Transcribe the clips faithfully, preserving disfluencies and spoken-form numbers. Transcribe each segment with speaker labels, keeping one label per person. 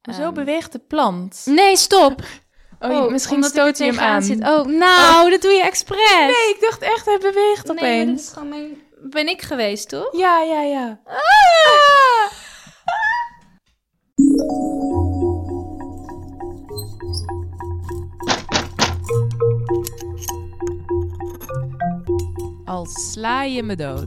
Speaker 1: Zo
Speaker 2: Um,
Speaker 1: beweegt de plant.
Speaker 2: Nee, stop.
Speaker 1: Oh,
Speaker 2: Oh,
Speaker 1: misschien
Speaker 2: omdat ik
Speaker 1: stoot
Speaker 2: er
Speaker 1: je hem
Speaker 2: tegenaan
Speaker 1: aan.
Speaker 2: zit. Oh, nou,
Speaker 1: Oh.
Speaker 2: dat doe je expres.
Speaker 1: Nee, ik dacht echt, hij beweegt
Speaker 2: Nee, maar
Speaker 1: opeens.
Speaker 2: dat is gewoon mijn... Ben ik geweest, toch?
Speaker 1: Ja, ja, ja.
Speaker 2: Ah!
Speaker 3: Al sla je me dood.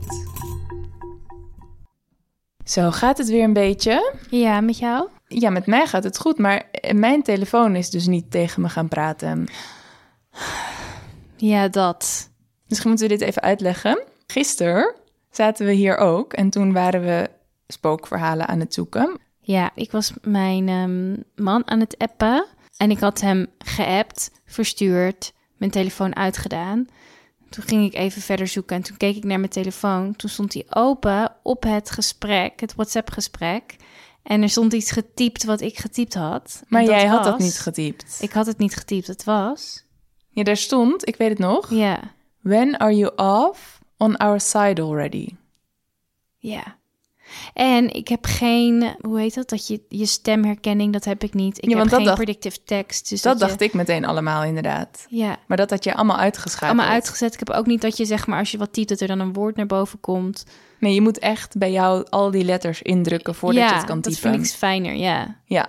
Speaker 1: Zo, gaat het weer een beetje?
Speaker 2: Ja, met jou?
Speaker 1: Ja, met mij gaat het goed, maar mijn telefoon is dus niet tegen me gaan praten.
Speaker 2: Ja, dat.
Speaker 1: Misschien moeten we dit even uitleggen. Gisteren zaten we hier ook en toen waren we spookverhalen aan het zoeken.
Speaker 2: Ja, ik was mijn um, man aan het appen en ik had hem geappt, verstuurd, mijn telefoon uitgedaan. Toen ging ik even verder zoeken en toen keek ik naar mijn telefoon. Toen stond hij open op het gesprek, het WhatsApp-gesprek. En er stond iets getypt wat ik getypt had.
Speaker 1: Maar
Speaker 2: En
Speaker 1: jij
Speaker 2: dat
Speaker 1: had dat
Speaker 2: was-
Speaker 1: niet getypt.
Speaker 2: Ik had het niet getypt, het was...
Speaker 1: Ja, daar stond, ik weet het nog.
Speaker 2: Ja,
Speaker 1: When are you off on our side already?
Speaker 2: ja. En ik heb geen, hoe heet dat? Dat je je stemherkenning, dat heb ik niet. Ik
Speaker 1: Ja,
Speaker 2: heb
Speaker 1: want dat
Speaker 2: geen
Speaker 1: dacht-
Speaker 2: predictive text. Dus
Speaker 1: Dat
Speaker 2: je-
Speaker 1: dacht ik meteen allemaal inderdaad.
Speaker 2: Ja,
Speaker 1: Maar dat had je allemaal uitgeschakeld.
Speaker 2: allemaal uitgezet. Ik heb ook niet dat je, zeg maar, als je wat typt, dat er dan een woord naar boven komt.
Speaker 1: Nee, je moet echt bij jou al die letters indrukken voordat
Speaker 2: ja,
Speaker 1: je het kan typen.
Speaker 2: dat vind ik fijner, ja.
Speaker 1: Ja.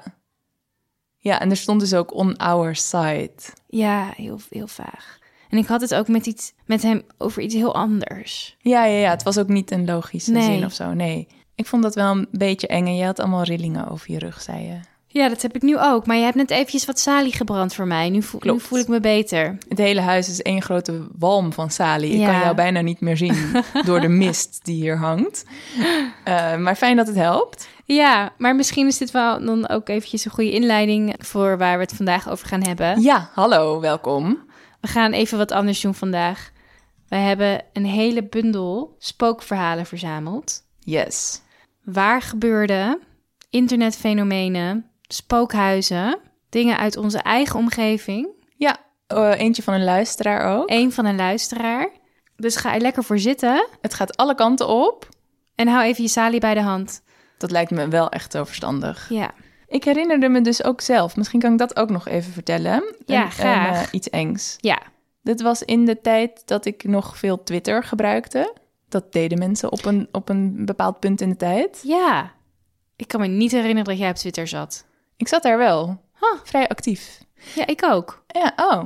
Speaker 1: Ja, en er stond dus ook on our side.
Speaker 2: Ja, heel, heel vaag. En ik had het ook met, iets, met hem over iets heel anders.
Speaker 1: Ja, ja, ja. Het was ook niet een logische
Speaker 2: Nee.
Speaker 1: zin of zo. Nee. Ik vond dat wel een beetje eng. En je had allemaal rillingen over je rug, zei je.
Speaker 2: Ja, dat heb ik nu ook. Maar je hebt net eventjes wat salie gebrand voor mij. Nu voel, nu
Speaker 1: Klopt.
Speaker 2: voel ik me beter.
Speaker 1: Het hele huis is één grote walm van salie. Ik
Speaker 2: Ja.
Speaker 1: kan jou bijna niet meer zien door de mist die hier hangt. Uh, maar fijn dat het helpt.
Speaker 2: Ja, maar misschien is dit wel dan ook eventjes een goede inleiding voor waar we het vandaag over gaan hebben.
Speaker 1: Ja, hallo, welkom.
Speaker 2: We gaan even wat anders doen vandaag. Wij hebben een hele bundel spookverhalen verzameld.
Speaker 1: Yes.
Speaker 2: Waar gebeurde, internetfenomenen, spookhuizen, dingen uit onze eigen omgeving.
Speaker 1: Ja, uh, eentje van een luisteraar ook.
Speaker 2: Eén van een luisteraar. Dus ga er lekker voor zitten
Speaker 1: Het gaat alle kanten op.
Speaker 2: en hou even je salie bij de hand.
Speaker 1: Dat lijkt me wel echt zo verstandig.
Speaker 2: Ja,
Speaker 1: Ik herinnerde me dus ook zelf. Misschien kan ik dat ook nog even vertellen.
Speaker 2: Ja,
Speaker 1: Een-
Speaker 2: graag.
Speaker 1: een, uh, iets engs.
Speaker 2: ja.
Speaker 1: Dit was in de tijd dat ik nog veel Twitter gebruikte. Dat deden mensen op een, op een bepaald punt in de tijd.
Speaker 2: Ja. Ik kan me niet herinneren dat jij op Twitter zat.
Speaker 1: Ik zat daar wel.
Speaker 2: Huh.
Speaker 1: Vrij actief.
Speaker 2: Ja, ik ook.
Speaker 1: Ja, oh.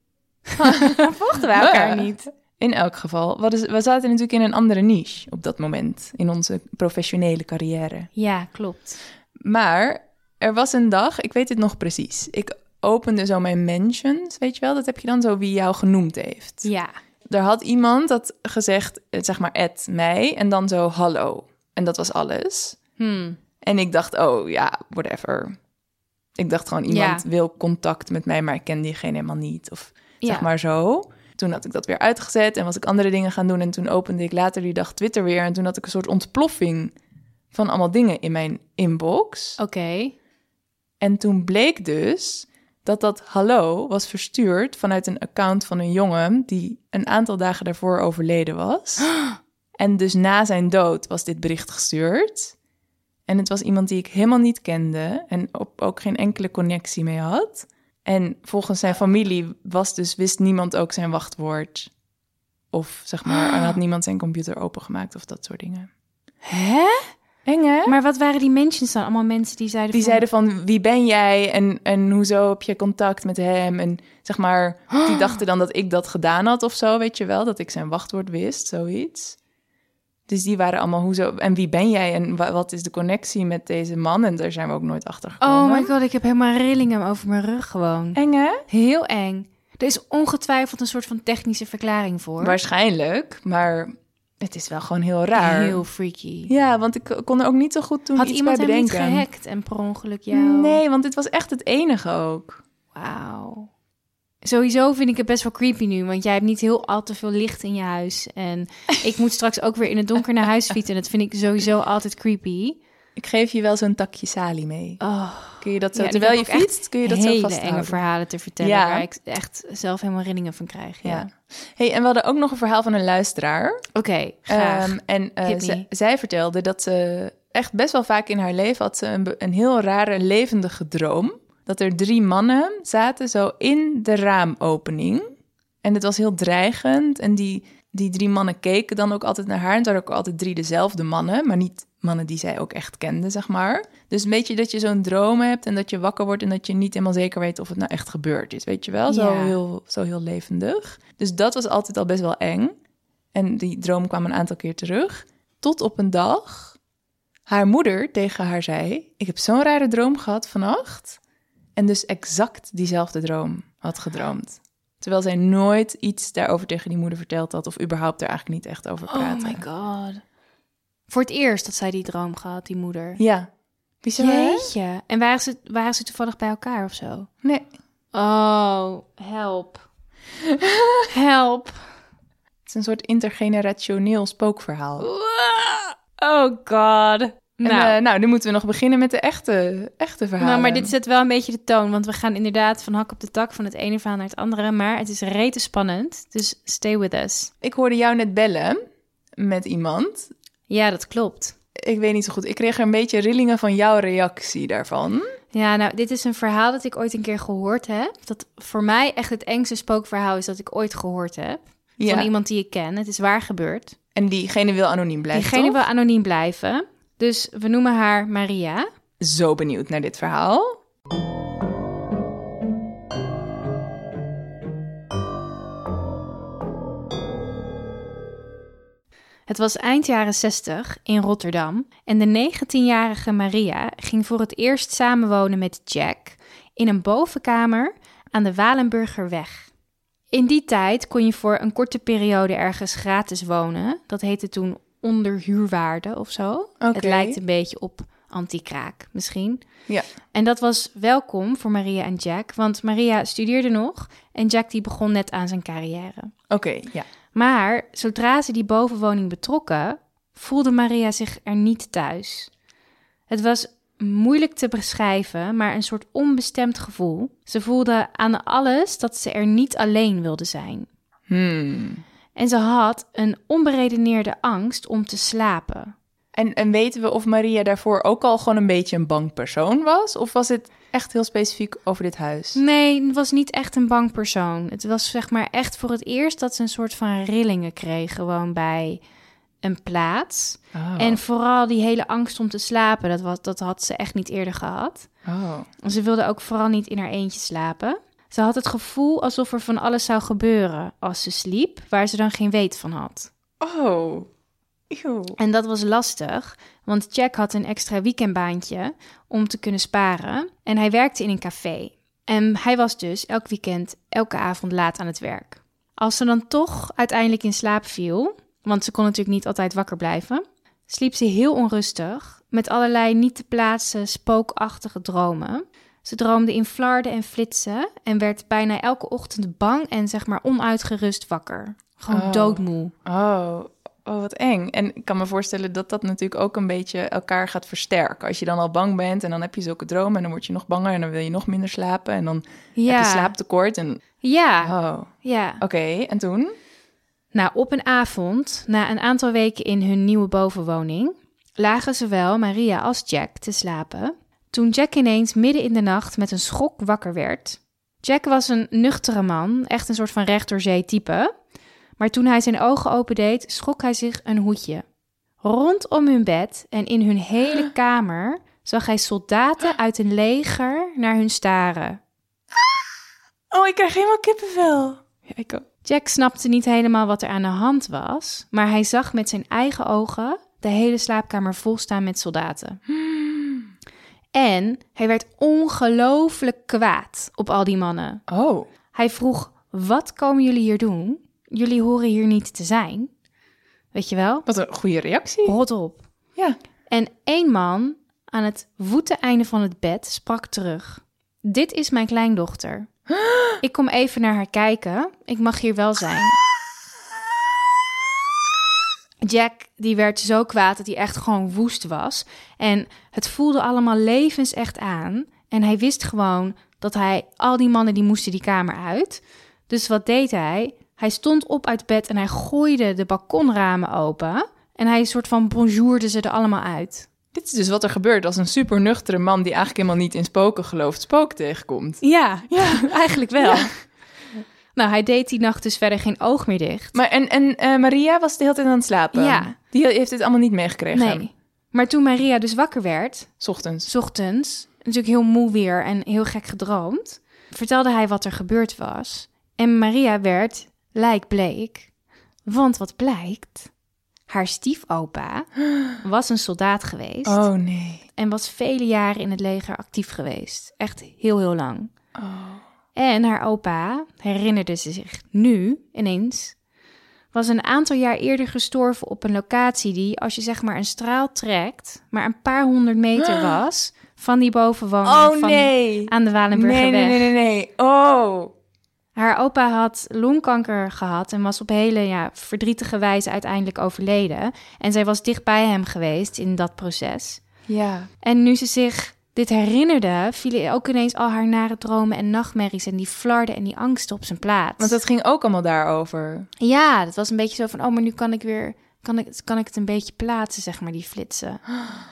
Speaker 2: Volgden wij elkaar niet.
Speaker 1: In elk geval. We, hadden- we zaten natuurlijk in een andere niche op dat moment. In onze professionele carrière.
Speaker 2: Ja, klopt.
Speaker 1: Maar er was een dag, ik weet het nog precies. Ik opende zo mijn mentions, weet je wel? Dat heb je dan zo wie jou genoemd heeft.
Speaker 2: Ja.
Speaker 1: Er had iemand dat gezegd, eh, zeg maar, at mij. En dan zo hallo. En dat was alles.
Speaker 2: Hmm.
Speaker 1: En ik dacht, oh ja, whatever. Ik dacht gewoon, iemand
Speaker 2: Ja.
Speaker 1: wil contact met mij, maar ik ken diegene helemaal niet. Of zeg
Speaker 2: Ja.
Speaker 1: maar zo. Toen had ik dat weer uitgezet en was ik andere dingen gaan doen. En toen opende ik later die dag Twitter weer. En toen had ik een soort ontploffing van allemaal dingen in mijn inbox.
Speaker 2: Oké.
Speaker 1: En toen bleek dus dat dat hallo was verstuurd vanuit een account van een jongen die een aantal dagen daarvoor overleden was. En dus na zijn dood was dit bericht gestuurd. En het was iemand die ik helemaal niet kende en op ook geen enkele connectie mee had. En volgens zijn familie was dus, wist niemand ook zijn wachtwoord. Of zeg maar, er had niemand zijn computer opengemaakt of dat soort dingen.
Speaker 2: Hè?
Speaker 1: Eng, hè?
Speaker 2: Maar wat waren die mentions dan? Allemaal mensen die zeiden
Speaker 1: Die
Speaker 2: van...
Speaker 1: zeiden van, wie ben jij en, en hoezo heb je contact met hem? En zeg maar, die dachten dan dat ik dat gedaan had of zo, weet je wel? Dat ik zijn wachtwoord wist, zoiets. Dus die waren allemaal, hoezo, en wie ben jij? En wa- wat is de connectie met deze man? En daar zijn we ook nooit achter gekomen.
Speaker 2: Oh my god, ik heb helemaal rillingen over mijn rug gewoon.
Speaker 1: Eng, hè?
Speaker 2: Heel eng. Er is ongetwijfeld een soort van technische verklaring voor.
Speaker 1: Waarschijnlijk, maar het is wel gewoon heel raar.
Speaker 2: Heel freaky.
Speaker 1: Ja, want ik kon er ook niet zo goed toen
Speaker 2: Had
Speaker 1: iets
Speaker 2: iemand
Speaker 1: bij
Speaker 2: hem niet
Speaker 1: bedenken.
Speaker 2: gehackt en per ongeluk jou?
Speaker 1: Nee, want dit was echt het enige ook.
Speaker 2: Wauw. Sowieso vind ik het best wel creepy nu, want jij hebt niet heel al te veel licht in je huis. En ik moet straks ook weer in het donker naar huis fietsen. En dat vind ik sowieso altijd creepy.
Speaker 1: Ik geef je wel zo'n takje salie mee.
Speaker 2: Oh,
Speaker 1: Kun je dat zo,
Speaker 2: ja, en ik
Speaker 1: terwijl je
Speaker 2: heb ook echt
Speaker 1: fietst, kun je dat zo
Speaker 2: hele
Speaker 1: vasthouden?
Speaker 2: enge verhalen te vertellen,
Speaker 1: Ja.
Speaker 2: waar ik echt zelf helemaal rillingen van krijg. Ja.
Speaker 1: Ja. Hey, en we hadden ook nog een verhaal van een luisteraar.
Speaker 2: Oké, graag.
Speaker 1: Ehm, en eh,
Speaker 2: Hit
Speaker 1: ze-
Speaker 2: me.
Speaker 1: zij vertelde dat ze echt best wel vaak in haar leven had ze een, een heel rare levendige droom. Dat er drie mannen zaten zo in de raamopening. En het was heel dreigend. En die, die drie mannen keken dan ook altijd naar haar. En het waren ook altijd drie dezelfde mannen. Maar niet mannen die zij ook echt kende, zeg maar. Dus een beetje dat je zo'n droom hebt en dat je wakker wordt... en dat je niet helemaal zeker weet of het nou echt gebeurd is. Weet je wel? Zo,
Speaker 2: Ja.
Speaker 1: heel, zo heel levendig. Dus dat was altijd al best wel eng. En die droom kwam een aantal keer terug. Tot op een dag haar moeder tegen haar zei... ik heb zo'n rare droom gehad vannacht. En dus exact diezelfde droom had gedroomd. Terwijl zij nooit iets daarover tegen die moeder verteld had... of überhaupt er eigenlijk niet echt over praatte.
Speaker 2: Oh my god. Voor het eerst dat zij die droom gehad, die moeder.
Speaker 1: Ja. Bizar, hè?
Speaker 2: Jeetje. En waren ze, waren ze toevallig bij elkaar of zo?
Speaker 1: Nee.
Speaker 2: Oh, help. Help.
Speaker 1: Het is een soort intergenerationeel spookverhaal.
Speaker 2: Oh god.
Speaker 1: En,
Speaker 2: Nou,
Speaker 1: eh, nou, nu moeten we nog beginnen met de echte, echte verhalen.
Speaker 2: nou, maar dit zet wel een beetje de toon. Want we gaan inderdaad van hak op de tak van het ene verhaal naar het andere. Maar het is rete spannend. Dus stay with us.
Speaker 1: Ik hoorde jou net bellen met iemand.
Speaker 2: Ja, dat klopt.
Speaker 1: Ik weet niet zo goed. Ik kreeg er een beetje rillingen van jouw reactie daarvan.
Speaker 2: Ja, nou, dit is een verhaal dat ik ooit een keer gehoord heb. Dat voor mij echt het engste spookverhaal is dat ik ooit gehoord heb.
Speaker 1: Ja.
Speaker 2: Van iemand die ik ken. Het is waar gebeurd.
Speaker 1: En diegene wil anoniem blijven,
Speaker 2: Diegene
Speaker 1: toch?
Speaker 2: wil anoniem blijven. Dus we noemen haar Maria.
Speaker 1: Zo benieuwd naar dit verhaal.
Speaker 2: Het was eind jaren zestig in Rotterdam en de negentienjarige Maria ging voor het eerst samenwonen met Jack in een bovenkamer aan de Walenburgerweg. In die tijd kon je voor een korte periode ergens gratis wonen. Dat heette toen onderhuurwaarde of zo.
Speaker 1: Oké.
Speaker 2: Het lijkt een beetje op anti-kraak misschien.
Speaker 1: Ja.
Speaker 2: En dat was welkom voor Maria en Jack, want Maria studeerde nog en Jack die begon net aan zijn carrière.
Speaker 1: Oké, ja.
Speaker 2: Maar zodra ze die bovenwoning betrokken, voelde Maria zich er niet thuis. Het was moeilijk te beschrijven, maar een soort onbestemd gevoel. Ze voelde aan alles dat ze er niet alleen wilde zijn.
Speaker 1: Hmm.
Speaker 2: En ze had een onberedeneerde angst om te slapen.
Speaker 1: En, en weten we of Maria daarvoor ook al gewoon een beetje een bang persoon was? Of was het echt heel specifiek over dit huis?
Speaker 2: Nee, het was niet echt een bang persoon. Het was zeg maar echt voor het eerst dat ze een soort van rillingen kreeg gewoon bij een plaats.
Speaker 1: Oh.
Speaker 2: En vooral die hele angst om te slapen, dat, was, dat had ze echt niet eerder gehad.
Speaker 1: Oh.
Speaker 2: Ze wilde ook vooral niet in haar eentje slapen. Ze had het gevoel alsof er van alles zou gebeuren als ze sliep, waar ze dan geen weet van had.
Speaker 1: Oh. Eeuw.
Speaker 2: En dat was lastig, want Jack had een extra weekendbaantje om te kunnen sparen. En hij werkte in een café. En hij was dus elk weekend, elke avond laat aan het werk. Als ze dan toch uiteindelijk in slaap viel, want ze kon natuurlijk niet altijd wakker blijven, sliep ze heel onrustig met allerlei niet te plaatsen spookachtige dromen. Ze droomde in flarden en flitsen en werd bijna elke ochtend bang en zeg maar onuitgerust wakker. Gewoon
Speaker 1: Oh.
Speaker 2: doodmoe.
Speaker 1: Oh. Oh, wat eng. En ik kan me voorstellen dat dat natuurlijk ook een beetje elkaar gaat versterken. Als je dan al bang bent en dan heb je zulke dromen en dan word je nog banger en dan wil je nog minder slapen en dan heb je
Speaker 2: Ja,
Speaker 1: slaaptekort. En...
Speaker 2: ja,
Speaker 1: Oh,
Speaker 2: ja.
Speaker 1: oké. En toen?
Speaker 2: Nou, op een avond, na een aantal weken in hun nieuwe bovenwoning, lagen zowel Maria als Jack te slapen, toen Jack ineens midden in de nacht met een schok wakker werd. Jack was een nuchtere man, echt een soort van recht door zee type. Maar toen hij zijn ogen opendeed, schrok hij zich een hoedje. Rondom hun bed en in hun hele kamer zag hij soldaten uit een leger naar hun staren.
Speaker 1: Oh, ik krijg helemaal kippenvel. Ja, ik ook.
Speaker 2: Jack snapte niet helemaal wat er aan de hand was, maar hij zag met zijn eigen ogen de hele slaapkamer volstaan met soldaten. En hij werd ongelooflijk kwaad op al die mannen.
Speaker 1: Oh.
Speaker 2: Hij vroeg, wat komen jullie hier doen? Jullie horen hier niet te zijn. Weet je wel?
Speaker 1: Wat een goede reactie.
Speaker 2: Rot op.
Speaker 1: Ja.
Speaker 2: En één man aan het voeteneinde van het bed sprak terug. Dit is mijn kleindochter. Ik kom even naar haar kijken. Ik mag hier wel zijn. Jack die werd zo kwaad dat hij echt gewoon woest was. En het voelde allemaal levensecht aan. En hij wist gewoon dat hij... al die mannen die moesten die kamer uit. Dus wat deed hij? Hij stond op uit bed en hij gooide de balkonramen open. En hij soort van bonjourde ze er allemaal uit.
Speaker 1: Dit is dus wat er gebeurt als een super nuchtere man... die eigenlijk helemaal niet in spoken gelooft, spook tegenkomt.
Speaker 2: Ja, ja. eigenlijk wel. Ja. Nou, hij deed die nacht dus verder geen oog meer dicht.
Speaker 1: Maar en, en uh, Maria was de hele tijd aan het slapen?
Speaker 2: Ja.
Speaker 1: Die heeft dit allemaal niet meegekregen?
Speaker 2: Nee. Maar toen Maria dus wakker werd...
Speaker 1: 's ochtends.
Speaker 2: 's ochtends, natuurlijk heel moe weer en heel gek gedroomd... vertelde hij wat er gebeurd was. En Maria werd lijkbleek. Want wat blijkt... haar stiefopa was een soldaat geweest.
Speaker 1: Oh nee.
Speaker 2: En was vele jaren in het leger actief geweest. Echt heel, heel lang.
Speaker 1: Oh.
Speaker 2: En haar opa, herinnerde ze zich nu ineens... was een aantal jaar eerder gestorven op een locatie die... als je zeg maar een straal trekt... maar een paar honderd meter was... van die bovenwoning
Speaker 1: oh,
Speaker 2: van
Speaker 1: nee.
Speaker 2: aan de Walenburgerweg.
Speaker 1: Nee, nee, nee, nee, nee. Oh.
Speaker 2: Haar opa had longkanker gehad... en was op hele ja, verdrietige wijze uiteindelijk overleden. En zij was dicht bij hem geweest in dat proces.
Speaker 1: Ja.
Speaker 2: En nu ze zich dit herinnerde... vielen ook ineens al haar nare dromen en nachtmerries... en die flarden en die angsten op zijn plaats.
Speaker 1: Want dat ging ook allemaal daarover.
Speaker 2: Ja, dat was een beetje zo van... oh, maar nu kan ik weer... kan ik, kan ik het een beetje plaatsen, zeg maar, die flitsen.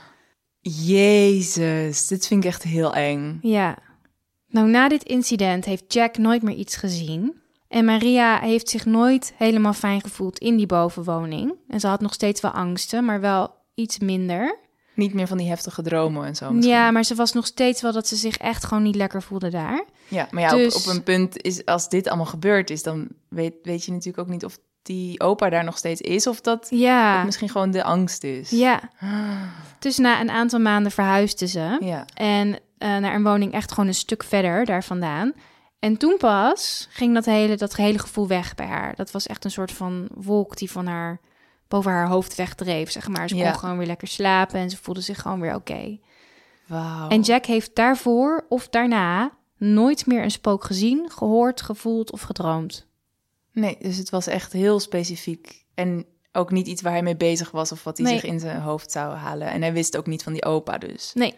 Speaker 1: Jezus, dit vind ik echt heel eng.
Speaker 2: Ja. Nou, na dit incident heeft Jack nooit meer iets gezien. En Maria heeft zich nooit helemaal fijn gevoeld in die bovenwoning. En ze had nog steeds wel angsten, maar wel iets minder.
Speaker 1: Niet meer van die heftige dromen en zo misschien.
Speaker 2: Ja, maar ze was nog steeds wel dat ze zich echt gewoon niet lekker voelde daar.
Speaker 1: Ja, maar ja,
Speaker 2: Dus...
Speaker 1: op, op een punt is, als dit allemaal gebeurd is... dan weet, weet je natuurlijk ook niet of die opa daar nog steeds is... of dat
Speaker 2: Ja.
Speaker 1: het misschien gewoon de angst is.
Speaker 2: Ja. Dus na een aantal maanden verhuisde ze.
Speaker 1: Ja.
Speaker 2: En uh, naar een woning echt gewoon een stuk verder daar vandaan. En toen pas ging dat hele, dat hele gevoel weg bij haar. Dat was echt een soort van wolk die van haar boven haar hoofd wegdreef, zeg maar. Ze kon
Speaker 1: Ja.
Speaker 2: gewoon weer lekker slapen en ze voelde zich gewoon weer oké. Okay.
Speaker 1: Wauw.
Speaker 2: En Jack heeft daarvoor of daarna nooit meer een spook gezien, gehoord, gevoeld of gedroomd.
Speaker 1: Nee, dus het was echt heel specifiek. En ook niet iets waar hij mee bezig was... of wat hij
Speaker 2: Nee.
Speaker 1: zich in zijn hoofd zou halen. En hij wist ook niet van die opa dus.
Speaker 2: Nee.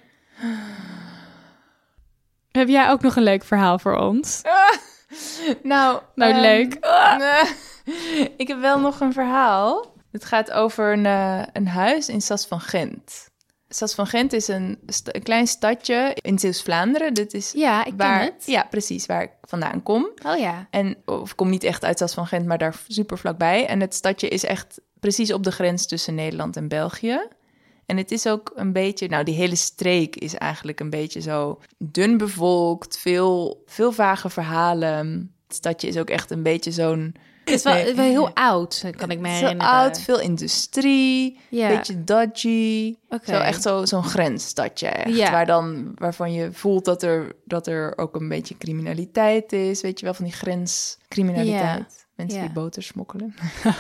Speaker 2: Heb jij ook nog een leuk verhaal voor ons?
Speaker 1: Ah, nou,
Speaker 2: Nou,
Speaker 1: um,
Speaker 2: leuk.
Speaker 1: Uh, ik heb wel nog een verhaal. Het gaat over een, uh, een huis in Sas van Gent. Sas van Gent is een, st- een klein stadje in Zeeuws-Vlaanderen. Dit is
Speaker 2: Ja, ik
Speaker 1: waar,
Speaker 2: ken het.
Speaker 1: Ja, precies, waar ik vandaan kom.
Speaker 2: Oh ja.
Speaker 1: En, of ik kom niet echt uit Sas van Gent, maar daar super vlakbij. En het stadje is echt precies op de grens tussen Nederland en België. En het is ook een beetje... Nou, die hele streek is eigenlijk een beetje zo dun bevolkt. Veel, veel vage verhalen. Het stadje is ook echt een beetje zo'n...
Speaker 2: Het is wel,
Speaker 1: Nee.
Speaker 2: wel heel oud, kan ik me
Speaker 1: Zo
Speaker 2: herinneren.
Speaker 1: oud, veel industrie,
Speaker 2: Ja.
Speaker 1: beetje dodgy.
Speaker 2: Oké.
Speaker 1: Zo echt zo, zo'n grensstadje echt.
Speaker 2: Ja.
Speaker 1: Waar dan, waarvan je voelt dat er, dat er ook een beetje criminaliteit is. Weet je wel, van die grenscriminaliteit. Mensen
Speaker 2: Ja.
Speaker 1: die boter smokkelen.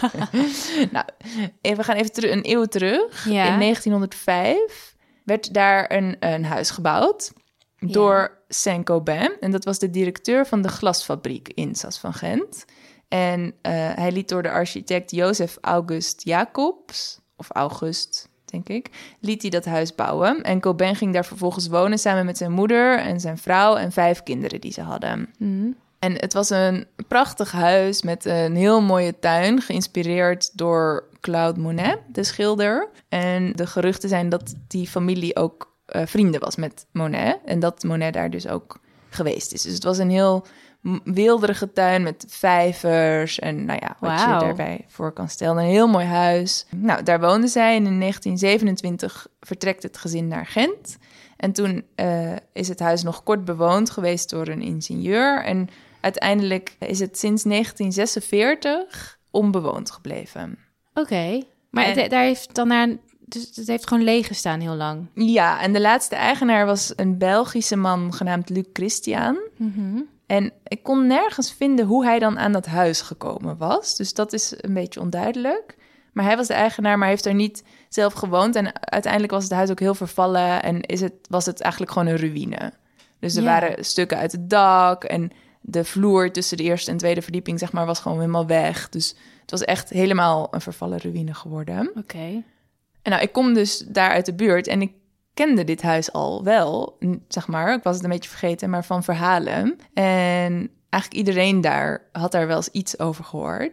Speaker 1: Nou, even, we gaan even terug, een eeuw terug.
Speaker 2: Ja.
Speaker 1: In negentienhonderdvijf werd daar een, een huis gebouwd door Saint-Gobain. En dat was de directeur van de glasfabriek in Sas van Gent. En uh, hij liet door de architect Jozef August Jacobs, of August, denk ik, liet hij dat huis bouwen. En Gobain ging daar vervolgens wonen samen met zijn moeder en zijn vrouw en vijf kinderen die ze hadden.
Speaker 2: Mm.
Speaker 1: En het was een prachtig huis met een heel mooie tuin, geïnspireerd door Claude Monet, de schilder. En de geruchten zijn dat die familie ook uh, vrienden was met Monet. En dat Monet daar dus ook geweest is. Dus het was een heel weelderige tuin met vijvers en nou ja, wat
Speaker 2: Wauw.
Speaker 1: je daarbij voor kan stellen. Een heel mooi huis. Nou, daar woonden zij en in negentien zevenentwintig vertrekt het gezin naar Gent. En toen uh, is het huis nog kort bewoond geweest door een ingenieur. En uiteindelijk is het sinds negentien zesenveertig onbewoond gebleven.
Speaker 2: Oké, okay. maar
Speaker 1: En-
Speaker 2: het, daar heeft dan naar, dus het heeft gewoon leeg gestaan heel lang.
Speaker 1: Ja, en de laatste eigenaar was een Belgische man genaamd Luc Christian.
Speaker 2: Mm-hmm.
Speaker 1: En ik kon nergens vinden hoe hij dan aan dat huis gekomen was. Dus dat is een beetje onduidelijk. Maar hij was de eigenaar, maar heeft er niet zelf gewoond. En uiteindelijk was het huis ook heel vervallen en is het, was het eigenlijk gewoon een ruïne. Dus er
Speaker 2: Ja.
Speaker 1: waren stukken uit het dak en de vloer tussen de eerste en tweede verdieping, zeg maar, was gewoon helemaal weg. Dus het was echt helemaal een vervallen ruïne geworden.
Speaker 2: Oké. Okay.
Speaker 1: En nou, ik kom dus daar uit de buurt en ik kende dit huis al wel, n- zeg maar. Ik was het een beetje vergeten, maar van verhalen. En eigenlijk iedereen daar had daar wel eens iets over gehoord.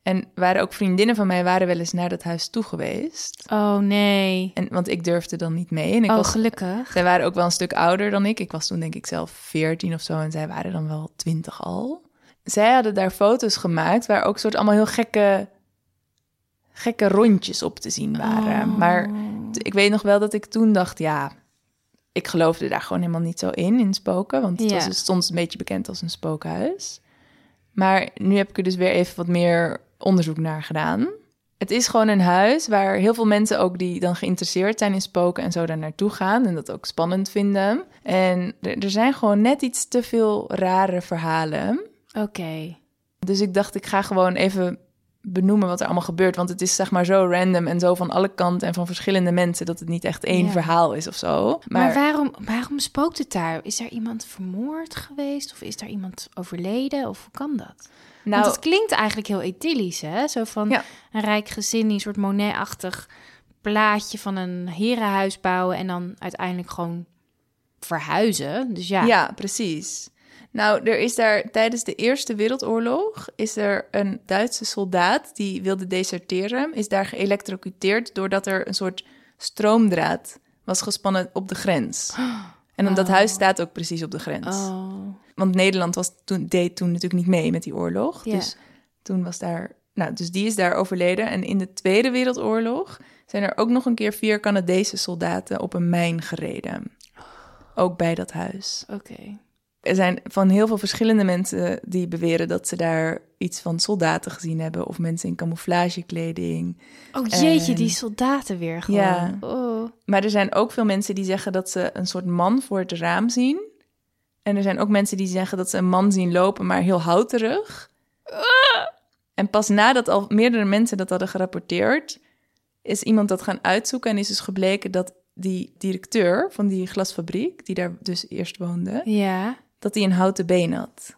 Speaker 1: En waren ook vriendinnen van mij waren wel eens naar dat huis toe geweest.
Speaker 2: Oh, nee.
Speaker 1: En, want ik durfde dan niet mee. En ik
Speaker 2: oh,
Speaker 1: was,
Speaker 2: gelukkig.
Speaker 1: zij waren ook wel een stuk ouder dan ik. Ik was toen denk ik zelf veertien of zo. En zij waren dan wel twintig al. Zij hadden daar foto's gemaakt waar ook soort allemaal heel gekke, gekke rondjes op te zien waren.
Speaker 2: Oh.
Speaker 1: Maar t- ik weet nog wel dat ik toen dacht, ja, ik geloofde daar gewoon helemaal niet zo in, in spoken. Want het
Speaker 2: Ja.
Speaker 1: was dus soms een beetje bekend als een spookhuis. Maar nu heb ik er dus weer even wat meer onderzoek naar gedaan. Het is gewoon een huis waar heel veel mensen ook die dan geïnteresseerd zijn in spoken en zo daar naartoe gaan en dat ook spannend vinden. En er, er zijn gewoon net iets te veel rare verhalen.
Speaker 2: Oké. Okay.
Speaker 1: Dus ik dacht, ik ga gewoon even benoemen wat er allemaal gebeurt. Want het is zeg maar zo random en zo van alle kanten en van verschillende mensen dat het niet echt één
Speaker 2: Ja.
Speaker 1: verhaal is of zo. Maar,
Speaker 2: Maar waarom, waarom spookt het daar? Is er iemand vermoord geweest? Of is daar iemand overleden? Of hoe kan dat?
Speaker 1: nou,
Speaker 2: Want het klinkt eigenlijk heel idyllisch, hè? Zo van
Speaker 1: Ja.
Speaker 2: een rijk gezin die een soort Monet-achtig plaatje van een herenhuis bouwen en dan uiteindelijk gewoon verhuizen. Dus ja.
Speaker 1: ja, precies. Nou, er is daar tijdens de Eerste Wereldoorlog is er een Duitse soldaat die wilde deserteren, is daar geëlektrocuteerd doordat er een soort stroomdraad was gespannen op de grens. En dan dat
Speaker 2: Oh.
Speaker 1: huis staat ook precies op de grens.
Speaker 2: Oh.
Speaker 1: Want Nederland was toen, deed toen natuurlijk niet mee met die oorlog.
Speaker 2: Ja.
Speaker 1: Dus toen was daar... Nou, dus die is daar overleden. En in de Tweede Wereldoorlog zijn er ook nog een keer vier Canadese soldaten op een mijn gereden. Ook bij dat huis.
Speaker 2: Oké. Okay.
Speaker 1: Er zijn van heel veel verschillende mensen die beweren dat ze daar iets van soldaten gezien hebben. Of mensen in camouflagekleding.
Speaker 2: Oh jeetje,
Speaker 1: En-
Speaker 2: die soldaten weer gewoon.
Speaker 1: Ja.
Speaker 2: Oh.
Speaker 1: Maar er zijn ook veel mensen die zeggen dat ze een soort man voor het raam zien. En er zijn ook mensen die zeggen dat ze een man zien lopen, maar heel houterig. En pas nadat al meerdere mensen dat hadden gerapporteerd, is iemand dat gaan uitzoeken en is dus gebleken dat die directeur van die glasfabriek, die daar dus eerst woonde,
Speaker 2: Ja.
Speaker 1: dat hij een houten been had.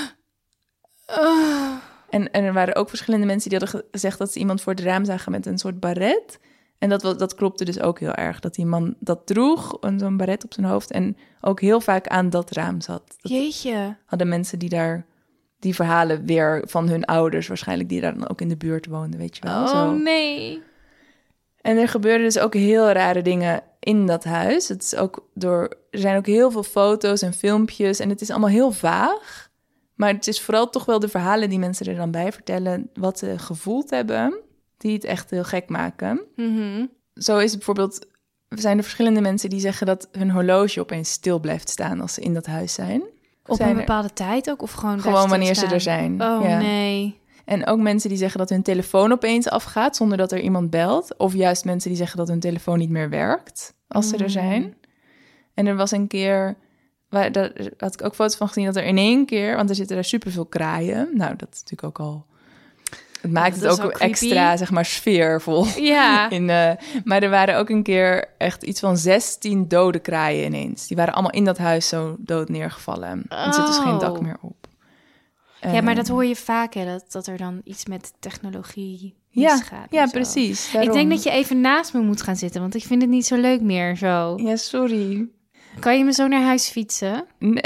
Speaker 2: Oh.
Speaker 1: En, en er waren ook verschillende mensen die hadden ge- gezegd dat ze iemand voor het raam zagen met een soort baret. En dat, wa- dat klopte dus ook heel erg, dat die man dat droeg, een- zo'n baret op zijn hoofd, en ook heel vaak aan dat raam zat. Dat
Speaker 2: Jeetje.
Speaker 1: hadden mensen die daar, die verhalen weer van hun ouders waarschijnlijk, die daar dan ook in de buurt woonden, weet je wel.
Speaker 2: Oh
Speaker 1: zo.
Speaker 2: nee.
Speaker 1: En er gebeurden dus ook heel rare dingen in dat huis. Het is ook door, er zijn ook heel veel foto's en filmpjes en het is allemaal heel vaag. Maar het is vooral toch wel de verhalen die mensen er dan bij vertellen, wat ze gevoeld hebben, die het echt heel gek maken.
Speaker 2: Mhm.
Speaker 1: Zo is het bijvoorbeeld, er zijn er verschillende mensen die zeggen dat hun horloge opeens stil blijft staan als ze in dat huis zijn.
Speaker 2: Op
Speaker 1: Zijn
Speaker 2: een
Speaker 1: er-
Speaker 2: bepaalde tijd ook? Of gewoon
Speaker 1: Gewoon
Speaker 2: blijft
Speaker 1: wanneer ze
Speaker 2: stilstaan?
Speaker 1: er zijn.
Speaker 2: Oh
Speaker 1: Ja.
Speaker 2: nee.
Speaker 1: En ook mensen die zeggen dat hun telefoon opeens afgaat zonder dat er iemand belt. Of juist mensen die zeggen dat hun telefoon niet meer werkt als ze er zijn. En er was een keer, waar, daar had ik ook foto's van gezien, dat er in één keer, want er zitten daar superveel kraaien. Nou, dat is natuurlijk ook al, het maakt
Speaker 2: Dat
Speaker 1: het
Speaker 2: is
Speaker 1: ook
Speaker 2: al creepy.
Speaker 1: extra, zeg maar, sfeervol.
Speaker 2: Ja.
Speaker 1: In, eh, maar er waren ook een keer echt iets van zestien dode kraaien ineens. Die waren allemaal in dat huis zo dood neergevallen. En er zit dus geen
Speaker 2: Oh.
Speaker 1: dak meer op.
Speaker 2: Ja, maar
Speaker 1: Eh,
Speaker 2: dat hoor je vaak, hè, dat, dat er dan iets met technologie
Speaker 1: ja,
Speaker 2: misgaat. en
Speaker 1: ja,
Speaker 2: zo.
Speaker 1: precies.
Speaker 2: Ik
Speaker 1: daarom.
Speaker 2: denk dat je even naast me moet gaan zitten, want ik vind het niet zo leuk meer zo.
Speaker 1: Ja, sorry.
Speaker 2: Kan je me zo naar huis fietsen?
Speaker 1: Nee.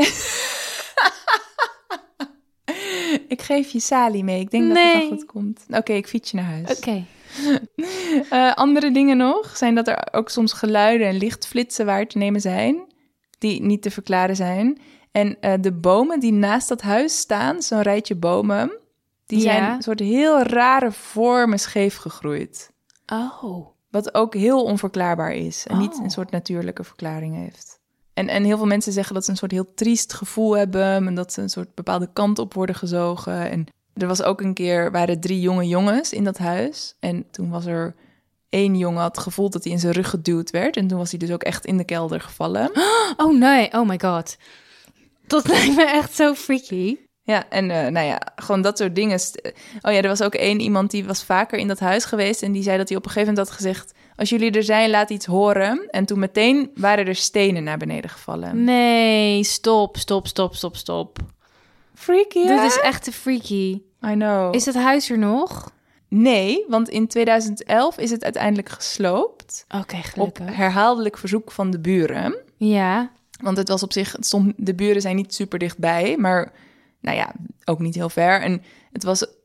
Speaker 1: Ik geef je Sali mee. Ik denk dat het
Speaker 2: Nee.
Speaker 1: wel goed komt. Oké, ik fiets je naar huis.
Speaker 2: Oké.
Speaker 1: Eh, andere dingen nog zijn dat er ook soms geluiden en lichtflitsen waar te nemen zijn, die niet te verklaren zijn. En eh, de bomen die naast dat huis staan, zo'n rijtje bomen, die
Speaker 2: Ja.
Speaker 1: zijn een soort heel rare vormen scheef gegroeid.
Speaker 2: Oh.
Speaker 1: Wat ook heel onverklaarbaar is en niet
Speaker 2: Oh.
Speaker 1: een soort natuurlijke verklaring heeft. En, en heel veel mensen zeggen dat ze een soort heel triest gevoel hebben en dat ze een soort bepaalde kant op worden gezogen. En er was ook een keer, waren drie jonge jongens in dat huis. En toen was er één jongen had gevoeld dat hij in zijn rug geduwd werd. En toen was hij dus ook echt in de kelder gevallen.
Speaker 2: Oh nee, oh my god. Dat lijkt me echt zo freaky.
Speaker 1: Ja, en eh, nou ja, gewoon dat soort dingen. St- Oh ja, er was ook één iemand die was vaker in dat huis geweest en die zei dat hij op een gegeven moment had gezegd, als jullie er zijn, laat iets horen. En toen meteen waren er stenen naar beneden gevallen.
Speaker 2: Nee, stop, stop, stop, stop, stop.
Speaker 1: Freaky, hè?
Speaker 2: Dit is echt te freaky.
Speaker 1: I know.
Speaker 2: Is het huis er nog?
Speaker 1: Nee, want in tweeduizend elf is het uiteindelijk gesloopt
Speaker 2: Oké,
Speaker 1: op
Speaker 2: gelukkig.
Speaker 1: herhaaldelijk verzoek van de buren.
Speaker 2: Ja.
Speaker 1: Want het was op zich, het stond, de buren zijn niet super dichtbij, maar nou ja, ook niet heel ver. En het was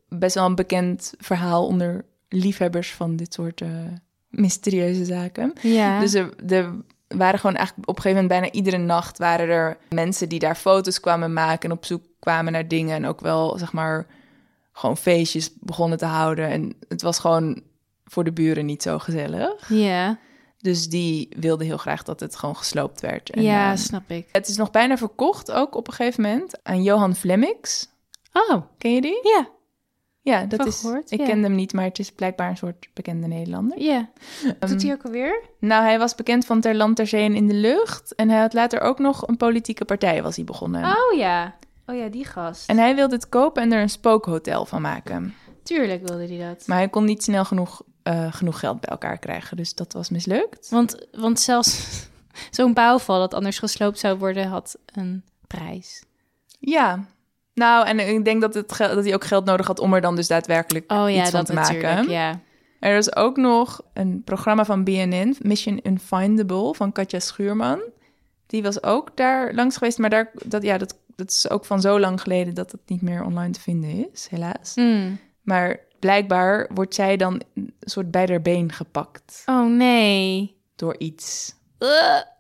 Speaker 1: best wel een bekend verhaal onder liefhebbers van dit soort uh, mysterieuze zaken.
Speaker 2: Ja.
Speaker 1: Dus er, er waren gewoon eigenlijk op een gegeven moment bijna iedere nacht waren er mensen die daar foto's kwamen maken en op zoek kwamen naar dingen en ook wel, zeg maar, gewoon feestjes begonnen te houden. En het was gewoon voor de buren niet zo gezellig.
Speaker 2: Ja.
Speaker 1: Dus die wilde heel graag dat het gewoon gesloopt werd. En,
Speaker 2: ja,
Speaker 1: uh,
Speaker 2: snap ik.
Speaker 1: Het is nog bijna verkocht ook op een gegeven moment aan Johan Flemmix.
Speaker 2: Oh.
Speaker 1: Ken je die?
Speaker 2: Ja.
Speaker 1: Ja, dat
Speaker 2: Van
Speaker 1: is.
Speaker 2: gehoord,
Speaker 1: ik
Speaker 2: ja.
Speaker 1: ken hem niet, maar het is blijkbaar een soort bekende Nederlander.
Speaker 2: Ja.
Speaker 1: Um,
Speaker 2: Doet hij ook alweer?
Speaker 1: Nou, hij was bekend van Ter Land, Ter Zee en in de Lucht. En hij had later ook nog een politieke partij was hij begonnen.
Speaker 2: Oh ja. Oh ja, die gast.
Speaker 1: En hij wilde het kopen en er een spookhotel van maken.
Speaker 2: Tuurlijk wilde hij dat.
Speaker 1: Maar hij kon niet snel genoeg, uh, genoeg geld bij elkaar krijgen. Dus dat was mislukt.
Speaker 2: Want, want zelfs zo'n bouwval dat anders gesloopt zou worden, had een prijs.
Speaker 1: Ja. Nou, en ik denk dat, het geld, dat hij ook geld nodig had om er dan dus daadwerkelijk
Speaker 2: oh, ja,
Speaker 1: iets van
Speaker 2: dat
Speaker 1: te maken.
Speaker 2: Ja.
Speaker 1: Er was ook nog een programma van B N N, Mission Unfindable, van Katja Schuurman. Die was ook daar langs geweest, maar daar, dat, ja, dat, dat is ook van zo lang geleden dat het niet meer online te vinden is, helaas.
Speaker 2: Mm.
Speaker 1: Maar blijkbaar wordt zij dan een soort bij haar been gepakt.
Speaker 2: Oh nee.
Speaker 1: Door iets.
Speaker 2: Uh.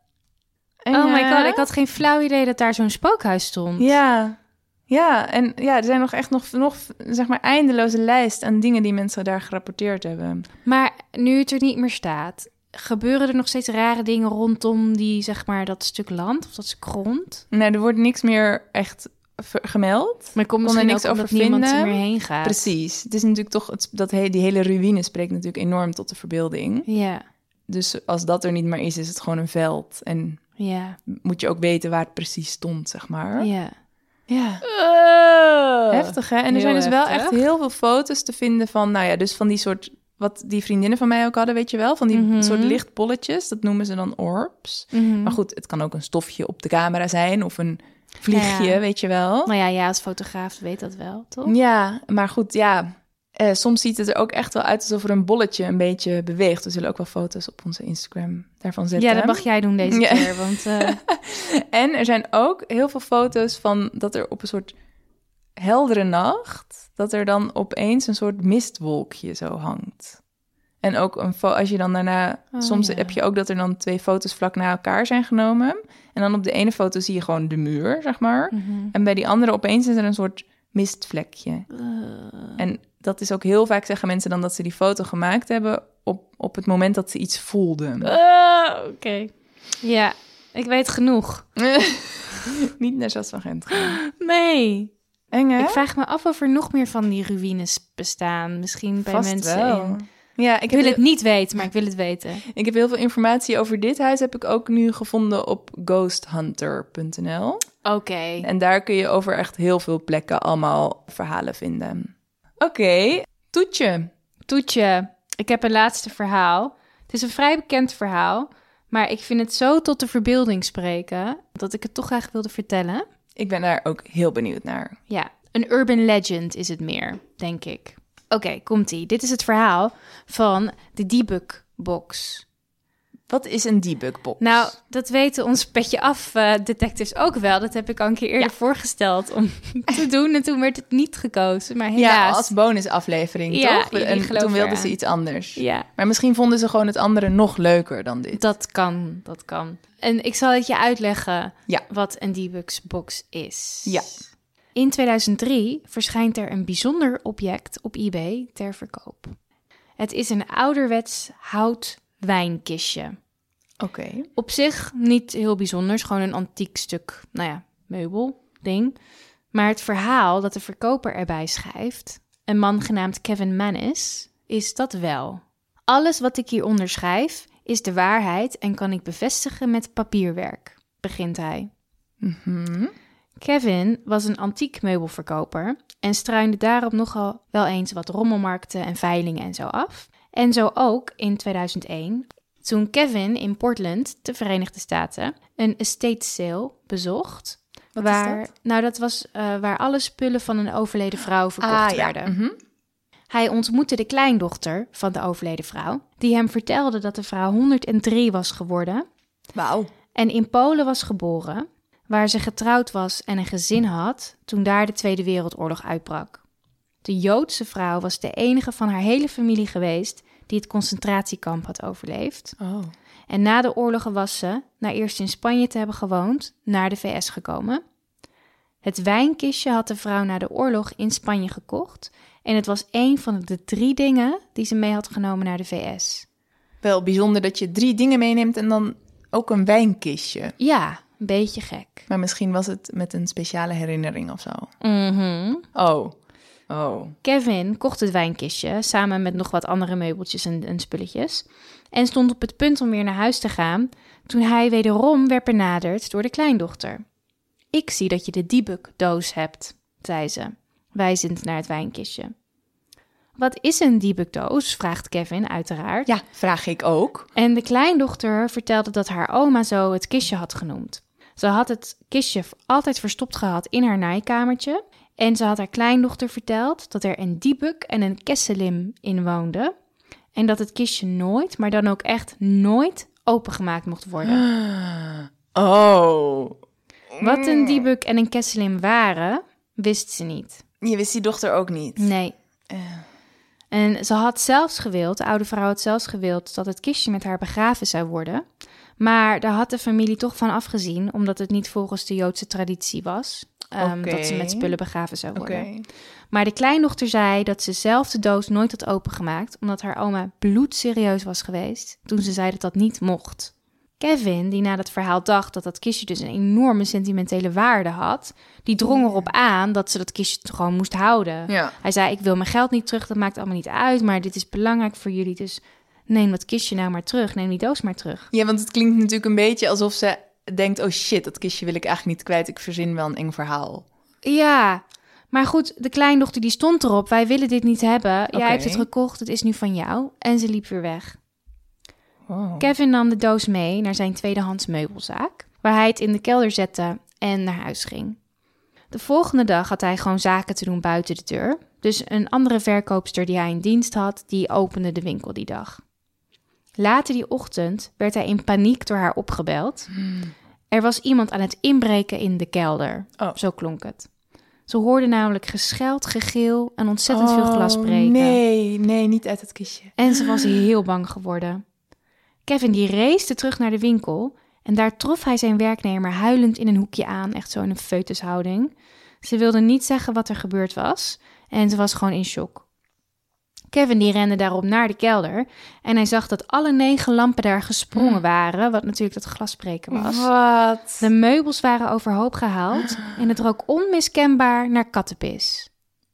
Speaker 1: En
Speaker 2: oh
Speaker 1: ja,
Speaker 2: my god, ik had geen flauw idee dat daar zo'n spookhuis stond.
Speaker 1: Ja, ja, en ja, er zijn nog echt nog, nog, zeg maar, eindeloze lijst aan dingen die mensen daar gerapporteerd hebben.
Speaker 2: Maar nu het er niet meer staat, gebeuren er nog steeds rare dingen rondom die, zeg maar, dat stuk land of dat stuk grond?
Speaker 1: Nee, er wordt niks meer echt ver- gemeld.
Speaker 2: Maar ik kon
Speaker 1: er
Speaker 2: misschien
Speaker 1: niks
Speaker 2: ook
Speaker 1: over
Speaker 2: omdat niemand er
Speaker 1: vinden.
Speaker 2: meer heen gaat.
Speaker 1: Precies. Het is natuurlijk toch, het, dat he, die hele ruïne spreekt natuurlijk enorm tot de verbeelding.
Speaker 2: Ja,
Speaker 1: Dus als dat er niet meer is, is het gewoon een veld. En
Speaker 2: ja,
Speaker 1: moet je ook weten waar het precies stond, zeg maar.
Speaker 2: ja.
Speaker 1: Ja.
Speaker 2: Uh,
Speaker 1: Heftig, hè? En er
Speaker 2: heel
Speaker 1: zijn dus wel
Speaker 2: heftig.
Speaker 1: echt heel veel foto's te vinden van, nou ja, dus van die soort, wat die vriendinnen van mij ook hadden, weet je wel? Van die
Speaker 2: Mhm.
Speaker 1: soort lichtbolletjes, dat noemen ze dan orbs.
Speaker 2: Mm-hmm.
Speaker 1: Maar goed, het kan ook een stofje op de camera zijn of een vliegje,
Speaker 2: Ja.
Speaker 1: weet je wel.
Speaker 2: Maar ja, ja, als fotograaf weet dat wel, toch?
Speaker 1: Ja, maar goed, ja. Eh, soms ziet het er ook echt wel uit alsof er een bolletje een beetje beweegt. We zullen ook wel foto's op onze Instagram daarvan zetten.
Speaker 2: Ja, dat mag jij doen deze
Speaker 1: Ja.
Speaker 2: keer, want... Uh,
Speaker 1: En er zijn ook heel veel foto's van dat er op een soort heldere nacht, dat er dan opeens een soort mistwolkje zo hangt. En ook een fo- als je dan daarna,
Speaker 2: Oh,
Speaker 1: soms
Speaker 2: ja.
Speaker 1: heb je ook dat er dan twee foto's vlak na elkaar zijn genomen. En dan op de ene foto zie je gewoon de muur, zeg maar.
Speaker 2: mm-hmm.
Speaker 1: En bij die andere opeens is er een soort mistvlekje.
Speaker 2: Uh,
Speaker 1: En dat is ook heel vaak, zeggen mensen dan, dat ze die foto gemaakt hebben op, op het moment dat ze iets voelden.
Speaker 2: uh, Oké. Ja, ik weet genoeg.
Speaker 1: Niet naar Jas van Gent gaan.
Speaker 2: Nee.
Speaker 1: Eng, hè?
Speaker 2: Ik vraag me af of er nog meer van die ruïnes bestaan. Misschien bij
Speaker 1: Vast
Speaker 2: mensen
Speaker 1: wel.
Speaker 2: in...
Speaker 1: Ja, ik
Speaker 2: Ik
Speaker 1: heb,
Speaker 2: wil het niet weten, maar ik wil het weten.
Speaker 1: ik heb heel veel informatie over dit huis, heb ik ook nu gevonden op ghost hunter punt n l.
Speaker 2: Oké.
Speaker 1: En daar kun je over echt heel veel plekken allemaal verhalen vinden. Oké, Toetje.
Speaker 2: Toetje, ik heb een laatste verhaal. Het is een vrij bekend verhaal, maar ik vind het zo tot de verbeelding spreken dat ik het toch graag wilde vertellen.
Speaker 1: Ik ben daar ook heel benieuwd naar.
Speaker 2: Ja, een urban legend is het meer, denk ik. Oké, komt-ie. Dit is het verhaal van de debug box.
Speaker 1: Wat is een debugbox?
Speaker 2: Nou, dat weten onze petje af uh, detectives ook wel. Dat heb ik al een keer eerder
Speaker 1: Ja.
Speaker 2: voorgesteld om te doen. En toen werd het niet gekozen, maar
Speaker 1: ja,
Speaker 2: helaas.
Speaker 1: als bonusaflevering,
Speaker 2: Ja,
Speaker 1: toch?
Speaker 2: jullie
Speaker 1: En
Speaker 2: geloven
Speaker 1: toen wilden
Speaker 2: eraan.
Speaker 1: ze iets anders.
Speaker 2: Ja,
Speaker 1: Maar misschien vonden ze gewoon het andere nog leuker dan dit.
Speaker 2: dat kan, dat kan. En ik zal het je uitleggen
Speaker 1: Ja.
Speaker 2: wat een debugbox is.
Speaker 1: Ja.
Speaker 2: In tweeduizend drie verschijnt er een bijzonder object op eBay ter verkoop. Het is een ouderwets hout wijnkistje.
Speaker 1: Oké.
Speaker 2: Op zich niet heel bijzonders, gewoon een antiek stuk, nou ja, meubel, ding. Maar het verhaal dat de verkoper erbij schrijft, een man genaamd Kevin Mannis, is dat wel. Alles wat ik hieronder schrijf is de waarheid en kan ik bevestigen met papierwerk, begint hij.
Speaker 1: Mhm.
Speaker 2: Kevin was een antiek meubelverkoper en struinde daarop nogal wel eens wat rommelmarkten en veilingen en zo af. En zo ook in tweeduizend één, toen Kevin in Portland, de Verenigde Staten, een estate sale bezocht.
Speaker 1: Wat
Speaker 2: waar,
Speaker 1: is dat?
Speaker 2: Nou, dat was uh, waar alle spullen van een overleden vrouw verkocht
Speaker 1: Ah, ja.
Speaker 2: werden.
Speaker 1: Mhm.
Speaker 2: Hij ontmoette de kleindochter van de overleden vrouw, die hem vertelde dat de vrouw honderddrie was geworden
Speaker 1: Wauw.
Speaker 2: en in Polen was geboren, waar ze getrouwd was en een gezin had toen daar de Tweede Wereldoorlog uitbrak. De Joodse vrouw was de enige van haar hele familie geweest die het concentratiekamp had overleefd.
Speaker 1: Oh.
Speaker 2: En na de oorlogen was ze, na eerst in Spanje te hebben gewoond, naar de V S gekomen. Het wijnkistje had de vrouw na de oorlog in Spanje gekocht. En het was een van de drie dingen die ze mee had genomen naar de V S.
Speaker 1: Wel bijzonder dat je drie dingen meeneemt en dan ook een wijnkistje.
Speaker 2: Ja, een beetje gek.
Speaker 1: Maar misschien was het met een speciale herinnering of zo.
Speaker 2: Mhm.
Speaker 1: Oh. Oh.
Speaker 2: Kevin kocht het wijnkistje samen met nog wat andere meubeltjes en, en spulletjes. En stond op het punt om weer naar huis te gaan toen hij wederom werd benaderd door de kleindochter. Ik zie dat je de debug-doos hebt, zei ze, wijzend naar het wijnkistje. Wat is een debug-doos? Vraagt Kevin uiteraard.
Speaker 1: Ja, vraag ik ook.
Speaker 2: En de kleindochter vertelde dat haar oma zo het kistje had genoemd. Ze had het kistje altijd verstopt gehad in haar naaikamertje. En ze had haar kleindochter verteld dat er een debug en een kesselim in woonden. En dat het kistje nooit, maar dan ook echt nooit, opengemaakt mocht worden.
Speaker 1: Oh.
Speaker 2: Wat een debug en een kesselim waren, wist ze niet.
Speaker 1: Je wist die dochter ook niet?
Speaker 2: Nee.
Speaker 1: Uh.
Speaker 2: En ze had zelfs gewild, de oude vrouw had zelfs gewild, dat het kistje met haar begraven zou worden. Maar daar had de familie toch van afgezien, omdat het niet volgens de Joodse traditie was. Um,
Speaker 1: Okay.
Speaker 2: Dat ze met spullen begraven zou worden.
Speaker 1: Okay.
Speaker 2: Maar de kleindochter zei dat ze zelf de doos nooit had opengemaakt, omdat haar oma bloedserieus was geweest toen ze zei dat dat niet mocht. Kevin, die na dat verhaal dacht dat dat kistje dus een enorme sentimentele waarde had, die drong erop aan dat ze dat kistje gewoon moest houden.
Speaker 1: Ja.
Speaker 2: Hij zei, ik wil mijn geld niet terug, dat maakt allemaal niet uit, maar dit is belangrijk voor jullie, dus neem dat kistje nou maar terug, neem die doos maar terug.
Speaker 1: Ja, want het klinkt natuurlijk een beetje alsof ze denkt, oh shit, dat kistje wil ik eigenlijk niet kwijt, ik verzin wel een eng verhaal.
Speaker 2: Ja, maar goed, de kleindochter die stond erop, wij willen dit niet hebben, jij
Speaker 1: Okay.
Speaker 2: hebt het gekocht, het is nu van jou, en ze liep weer weg.
Speaker 1: Wow.
Speaker 2: Kevin nam de doos mee naar zijn tweedehands meubelzaak, waar hij het in de kelder zette en naar huis ging. De volgende dag had hij gewoon zaken te doen buiten de deur. Dus een andere verkoopster die hij in dienst had, die opende de winkel die dag. Later die ochtend werd hij in paniek door haar opgebeld.
Speaker 1: Hmm.
Speaker 2: Er was iemand aan het inbreken in de kelder.
Speaker 1: Oh.
Speaker 2: Zo klonk het. Ze hoorde namelijk gescheld, gegil en ontzettend veel
Speaker 1: Oh,
Speaker 2: glas breken.
Speaker 1: Nee, nee, niet uit het kistje.
Speaker 2: En ze was heel bang geworden. Kevin die race terug naar de winkel en daar trof hij zijn werknemer huilend in een hoekje aan, echt zo in een foetushouding. Ze wilde niet zeggen wat er gebeurd was en ze was gewoon in shock. Kevin die rende daarop naar de kelder en hij zag dat alle negen lampen daar gesprongen waren, wat natuurlijk dat glasbreken was.
Speaker 1: Wat?
Speaker 2: De meubels waren overhoop gehaald en het rook onmiskenbaar naar kattenpis.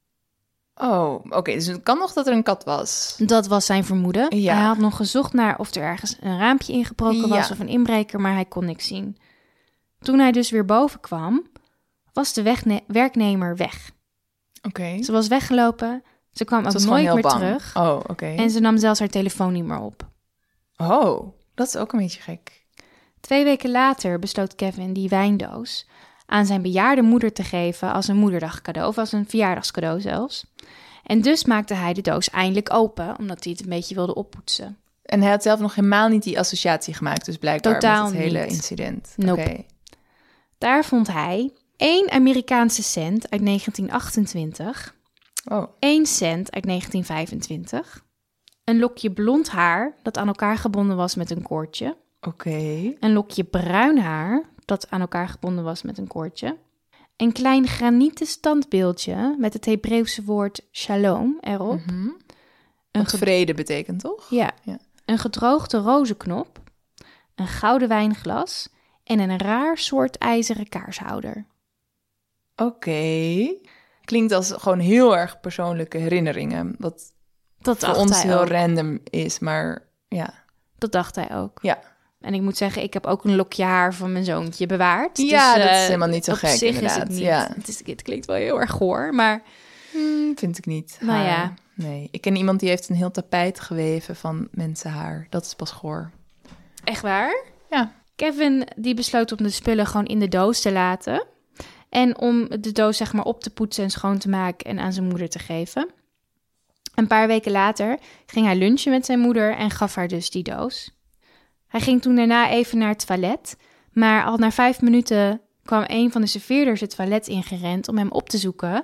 Speaker 1: Oh, oké, okay, dus het kan nog dat er een kat was.
Speaker 2: Dat was zijn vermoeden.
Speaker 1: Ja.
Speaker 2: Hij had nog gezocht naar of er ergens een raampje ingebroken was
Speaker 1: Ja.
Speaker 2: of een inbreker, maar hij kon niks zien. Toen hij dus weer boven kwam, was de wegne- werknemer weg.
Speaker 1: Oké. Okay.
Speaker 2: Ze was weggelopen, ze kwam ook
Speaker 1: Ze was gewoon
Speaker 2: nooit
Speaker 1: heel
Speaker 2: meer
Speaker 1: bang.
Speaker 2: terug.
Speaker 1: Oh, oké. Okay.
Speaker 2: En ze nam zelfs haar telefoon niet meer op.
Speaker 1: Oh, dat is ook een beetje gek.
Speaker 2: Twee weken later besloot Kevin die wijndoos aan zijn bejaarde moeder te geven als een moederdagcadeau, of als een verjaardagscadeau zelfs. En dus maakte hij de doos eindelijk open, omdat hij het een beetje wilde oppoetsen.
Speaker 1: En hij had zelf nog helemaal niet die associatie gemaakt, dus blijkbaar
Speaker 2: Totaal
Speaker 1: met het hele
Speaker 2: niet.
Speaker 1: incident.
Speaker 2: Nope.
Speaker 1: Okay.
Speaker 2: Daar vond hij één Amerikaanse cent uit negentien achtentwintig,
Speaker 1: Oh,
Speaker 2: één cent uit negentien vijfentwintig, een lokje blond haar dat aan elkaar gebonden was met een koordje,
Speaker 1: oké. Okay.
Speaker 2: een lokje bruin haar dat aan elkaar gebonden was met een koordje, een klein granieten standbeeldje met het Hebreeuwse woord shalom erop,
Speaker 1: Mm-hmm.
Speaker 2: een
Speaker 1: Wat
Speaker 2: ge-
Speaker 1: vrede betekent, toch?
Speaker 2: ja,
Speaker 1: Ja.
Speaker 2: een gedroogde rozenknop, een gouden wijnglas en een raar soort ijzeren kaarshouder.
Speaker 1: Oké. Okay. Klinkt als gewoon heel erg persoonlijke herinneringen. Wat
Speaker 2: Dat
Speaker 1: voor
Speaker 2: dacht
Speaker 1: ons
Speaker 2: hij
Speaker 1: heel
Speaker 2: ook.
Speaker 1: random is, maar ja.
Speaker 2: Dat dacht hij ook.
Speaker 1: Ja,
Speaker 2: En ik moet zeggen, ik heb ook een lokje haar van mijn zoontje bewaard.
Speaker 1: ja
Speaker 2: Dus,
Speaker 1: dat
Speaker 2: eh,
Speaker 1: is helemaal niet zo
Speaker 2: op
Speaker 1: gek,
Speaker 2: zich
Speaker 1: inderdaad.
Speaker 2: Is het, niet,
Speaker 1: Ja.
Speaker 2: het, is, het klinkt wel heel erg goor, maar
Speaker 1: Hmm, vind ik niet.
Speaker 2: Nou
Speaker 1: Haar.
Speaker 2: ja.
Speaker 1: Nee, ik ken iemand die heeft een heel tapijt geweven van mensenhaar. Dat is pas goor.
Speaker 2: echt waar.
Speaker 1: Ja.
Speaker 2: Kevin die besloot om de spullen gewoon in de doos te laten. En om de doos zeg maar op te poetsen en schoon te maken en aan zijn moeder te geven. Een paar weken later ging hij lunchen met zijn moeder en gaf haar dus die doos. Hij ging toen daarna even naar het toilet, maar al na vijf minuten kwam een van de serveerders het toilet ingerend om hem op te zoeken,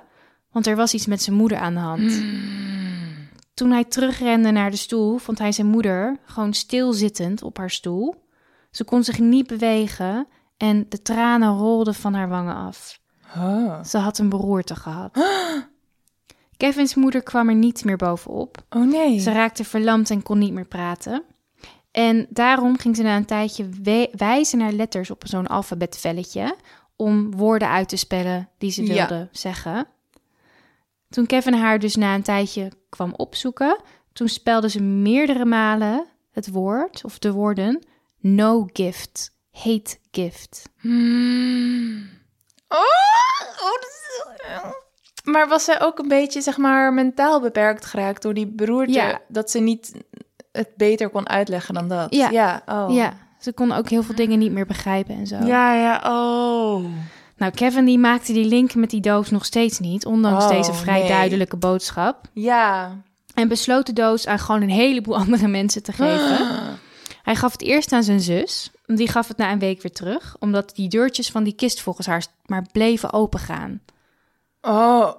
Speaker 2: Want er was iets met zijn moeder aan de hand.
Speaker 1: Mm.
Speaker 2: Toen hij terugrende naar de stoel, vond hij zijn moeder gewoon stilzittend op haar stoel. Ze kon zich niet bewegen en de tranen rolden van haar wangen af.
Speaker 1: Oh.
Speaker 2: Ze had een beroerte gehad. Kevins moeder kwam er niet meer bovenop.
Speaker 1: Oh nee.
Speaker 2: Ze raakte verlamd en kon niet meer praten. En daarom ging ze na een tijdje we- wijzen naar letters op zo'n alfabetvelletje om woorden uit te spellen die ze wilde
Speaker 1: Ja.
Speaker 2: zeggen. Toen Kevin haar dus na een tijdje kwam opzoeken, toen spelde ze meerdere malen het woord, of de woorden, no gift, hate gift.
Speaker 1: Hmm. Oh, oh, dat is... Maar was zij ook een beetje, zeg maar, mentaal beperkt geraakt door die beroerte?
Speaker 2: Ja.
Speaker 1: Dat ze niet het beter kon uitleggen dan dat?
Speaker 2: Ja.
Speaker 1: Ja, oh.
Speaker 2: Ja, ze kon ook heel veel dingen niet meer begrijpen en zo.
Speaker 1: Ja, ja, oh.
Speaker 2: Nou, Kevin die maakte die link met die doos nog steeds niet, ondanks
Speaker 1: Oh,
Speaker 2: deze vrij
Speaker 1: nee.
Speaker 2: duidelijke boodschap.
Speaker 1: Ja.
Speaker 2: En besloot de doos aan gewoon een heleboel andere mensen te geven. Hij gaf het eerst aan zijn zus. Die gaf het na een week weer terug, omdat die deurtjes van die kist volgens haar maar bleven opengaan.
Speaker 1: Oh,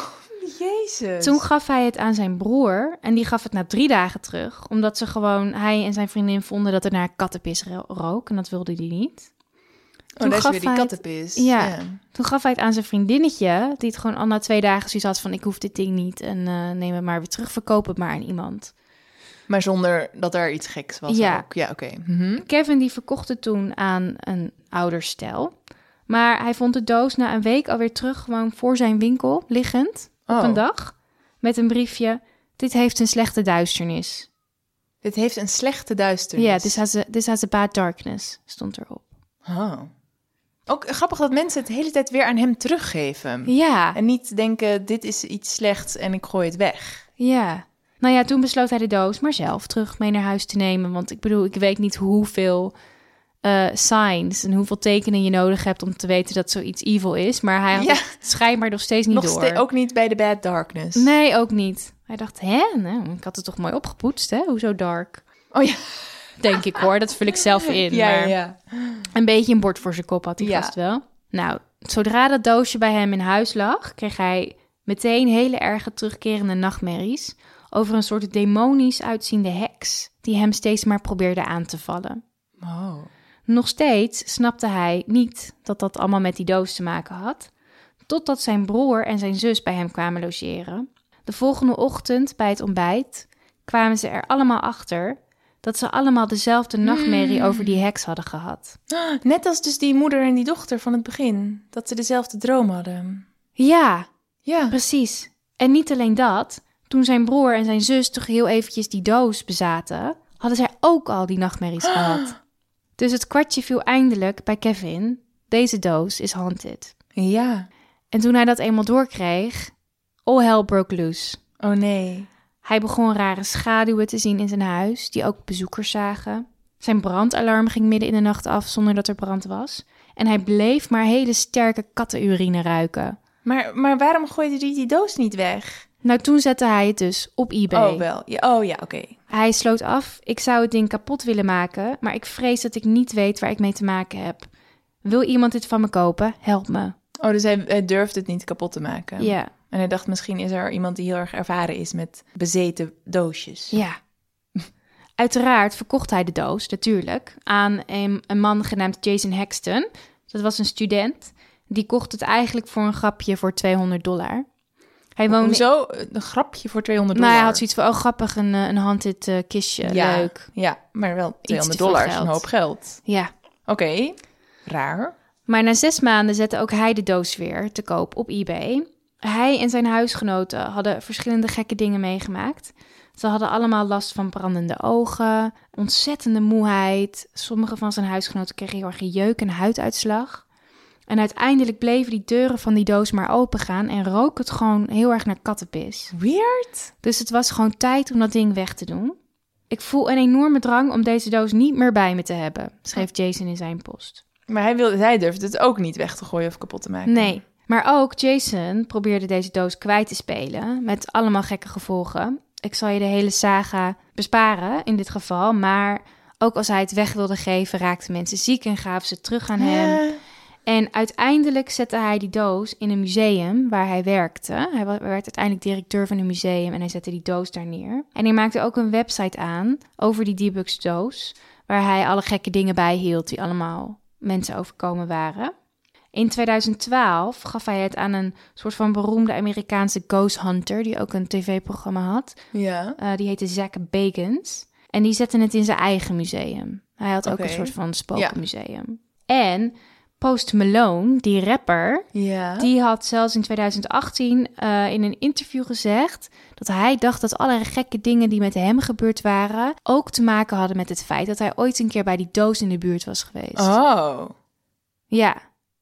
Speaker 1: jezus.
Speaker 2: Toen gaf hij het aan zijn broer en die gaf het na drie dagen terug, omdat ze gewoon, hij en zijn vriendin vonden dat het naar kattenpis ro- rook en dat wilde hij niet.
Speaker 1: Oh, daar is
Speaker 2: gaf
Speaker 1: weer die
Speaker 2: hij het-
Speaker 1: kattenpis.
Speaker 2: Ja. Toen gaf hij het aan zijn vriendinnetje, die het gewoon al na twee dagen zoiets had van, ik hoef dit ding niet en uh, neem het maar weer terug, verkoop het maar aan iemand.
Speaker 1: Maar zonder dat er iets geks was
Speaker 2: Ja.
Speaker 1: ook. Ja, oké. Mhm.
Speaker 2: Kevin die verkocht het toen aan een ouder stel. Maar hij vond de doos na een week alweer terug gewoon voor zijn winkel liggend op
Speaker 1: Oh.
Speaker 2: een dag. Met een briefje, dit heeft een slechte duisternis.
Speaker 1: Dit heeft een slechte duisternis.
Speaker 2: Ja, this has a, this has a bad darkness, stond erop.
Speaker 1: Oh. Ook grappig dat mensen het de hele tijd weer aan hem teruggeven.
Speaker 2: Ja,
Speaker 1: En niet denken, dit is iets slechts en ik gooi het weg.
Speaker 2: ja. Nou ja, toen besloot hij de doos maar zelf terug mee naar huis te nemen. Want ik bedoel, ik weet niet hoeveel uh, signs en hoeveel tekenen je nodig hebt om te weten dat zoiets evil is. Maar hij had
Speaker 1: Ja.
Speaker 2: het schijnbaar nog steeds niet
Speaker 1: Nog
Speaker 2: door.
Speaker 1: ste- ook niet bij de Bad Darkness.
Speaker 2: Nee, ook niet. Hij dacht, hè? Nou, ik had het toch mooi opgepoetst, hè? Hoezo dark?
Speaker 1: Oh ja.
Speaker 2: Denk ik hoor, dat vul ik zelf in.
Speaker 1: Ja,
Speaker 2: maar
Speaker 1: ja.
Speaker 2: een beetje een bord voor zijn kop had die
Speaker 1: Ja.
Speaker 2: gast wel. Nou, zodra dat doosje bij hem in huis lag, kreeg hij meteen hele erge terugkerende nachtmerries over een soort demonisch uitziende heks die hem steeds maar probeerde aan te vallen.
Speaker 1: Oh.
Speaker 2: Nog steeds snapte hij niet dat dat allemaal met die doos te maken had, totdat zijn broer en zijn zus bij hem kwamen logeren. De volgende ochtend bij het ontbijt kwamen ze er allemaal achter dat ze allemaal dezelfde nachtmerrie over die heks hadden gehad.
Speaker 1: Net als dus die moeder en die dochter van het begin. Dat ze dezelfde droom hadden.
Speaker 2: Ja,
Speaker 1: Ja.
Speaker 2: precies. En niet alleen dat, toen zijn broer en zijn zus toch heel eventjes die doos bezaten, hadden zij ook al die nachtmerries gehad. Dus het kwartje viel eindelijk bij Kevin. Deze doos is haunted.
Speaker 1: Ja.
Speaker 2: En toen hij dat eenmaal doorkreeg, all hell broke loose.
Speaker 1: Oh nee.
Speaker 2: Hij begon rare schaduwen te zien in zijn huis, die ook bezoekers zagen. Zijn brandalarm ging midden in de nacht af zonder dat er brand was. En hij bleef maar hele sterke kattenurine ruiken.
Speaker 1: Maar, maar waarom gooide hij die doos niet weg?
Speaker 2: Nou, toen zette hij het dus op eBay.
Speaker 1: Oh, wel. Ja, oh ja, oké.
Speaker 2: Hij sloot af, ik zou het ding kapot willen maken, maar ik vrees dat ik niet weet waar ik mee te maken heb. Wil iemand dit van me kopen? Help me.
Speaker 1: Oh, dus hij, hij durfde het niet kapot te maken.
Speaker 2: Ja,
Speaker 1: En hij dacht, misschien is er iemand die heel erg ervaren is met bezeten doosjes.
Speaker 2: ja. Uiteraard verkocht hij de doos, natuurlijk, aan een, een man genaamd Jason Hexton. Dat was een student. Die kocht het eigenlijk voor een grapje voor tweehonderd dollar. Hij woonde...
Speaker 1: Hoezo? Een grapje voor tweehonderd
Speaker 2: Nou,
Speaker 1: dollar?
Speaker 2: hij had zoiets van, oh grappig, een, eh, een haunted uh, kistje,
Speaker 1: ja,
Speaker 2: leuk.
Speaker 1: Ja, maar wel tweehonderd
Speaker 2: te veel
Speaker 1: dollar is een
Speaker 2: geld.
Speaker 1: hoop geld.
Speaker 2: Ja.
Speaker 1: Oké, raar.
Speaker 2: Maar na zes maanden zette ook hij de doos weer te koop op eBay. Hij en zijn huisgenoten hadden verschillende gekke dingen meegemaakt. Ze hadden allemaal last van brandende ogen, ontzettende moeheid. Sommige van zijn huisgenoten kregen heel erg jeuk en huiduitslag. En uiteindelijk bleven die deuren van die doos maar open gaan en rook het gewoon heel erg naar kattenpis.
Speaker 1: Weird.
Speaker 2: Dus het was gewoon tijd om dat ding weg te doen. Ik voel een enorme drang om deze doos niet meer bij me te hebben, schreef Jason in zijn post.
Speaker 1: Maar hij, wilde, hij durfde het ook niet weg te gooien of kapot te maken.
Speaker 2: Nee, maar ook Jason probeerde deze doos kwijt te spelen, met allemaal gekke gevolgen. Ik zal je de hele saga besparen in dit geval, maar ook als hij het weg wilde geven, raakten mensen ziek en gaven ze terug aan hem.
Speaker 1: Uh,
Speaker 2: En uiteindelijk zette hij die doos in een museum waar hij werkte. Hij werd uiteindelijk directeur van een museum en hij zette die doos daar neer. En hij maakte ook een website aan over die Debux doos, waar hij alle gekke dingen bij hield die allemaal mensen overkomen waren. In tweeduizend twaalf gaf hij het aan een soort van beroemde Amerikaanse ghost hunter, die ook een tv-programma had.
Speaker 1: Ja.
Speaker 2: Uh, die heette Zach Bagans. En die zette het in zijn eigen museum. Hij had ook
Speaker 1: Okay.
Speaker 2: een soort van spookmuseum. Ja. En Post Malone, die rapper,
Speaker 1: Ja.
Speaker 2: die had zelfs in tweeduizend achttien uh, in een interview gezegd dat hij dacht dat alle gekke dingen die met hem gebeurd waren ook te maken hadden met het feit dat hij ooit een keer bij die doos in de buurt was geweest.
Speaker 1: Oh.
Speaker 2: Ja.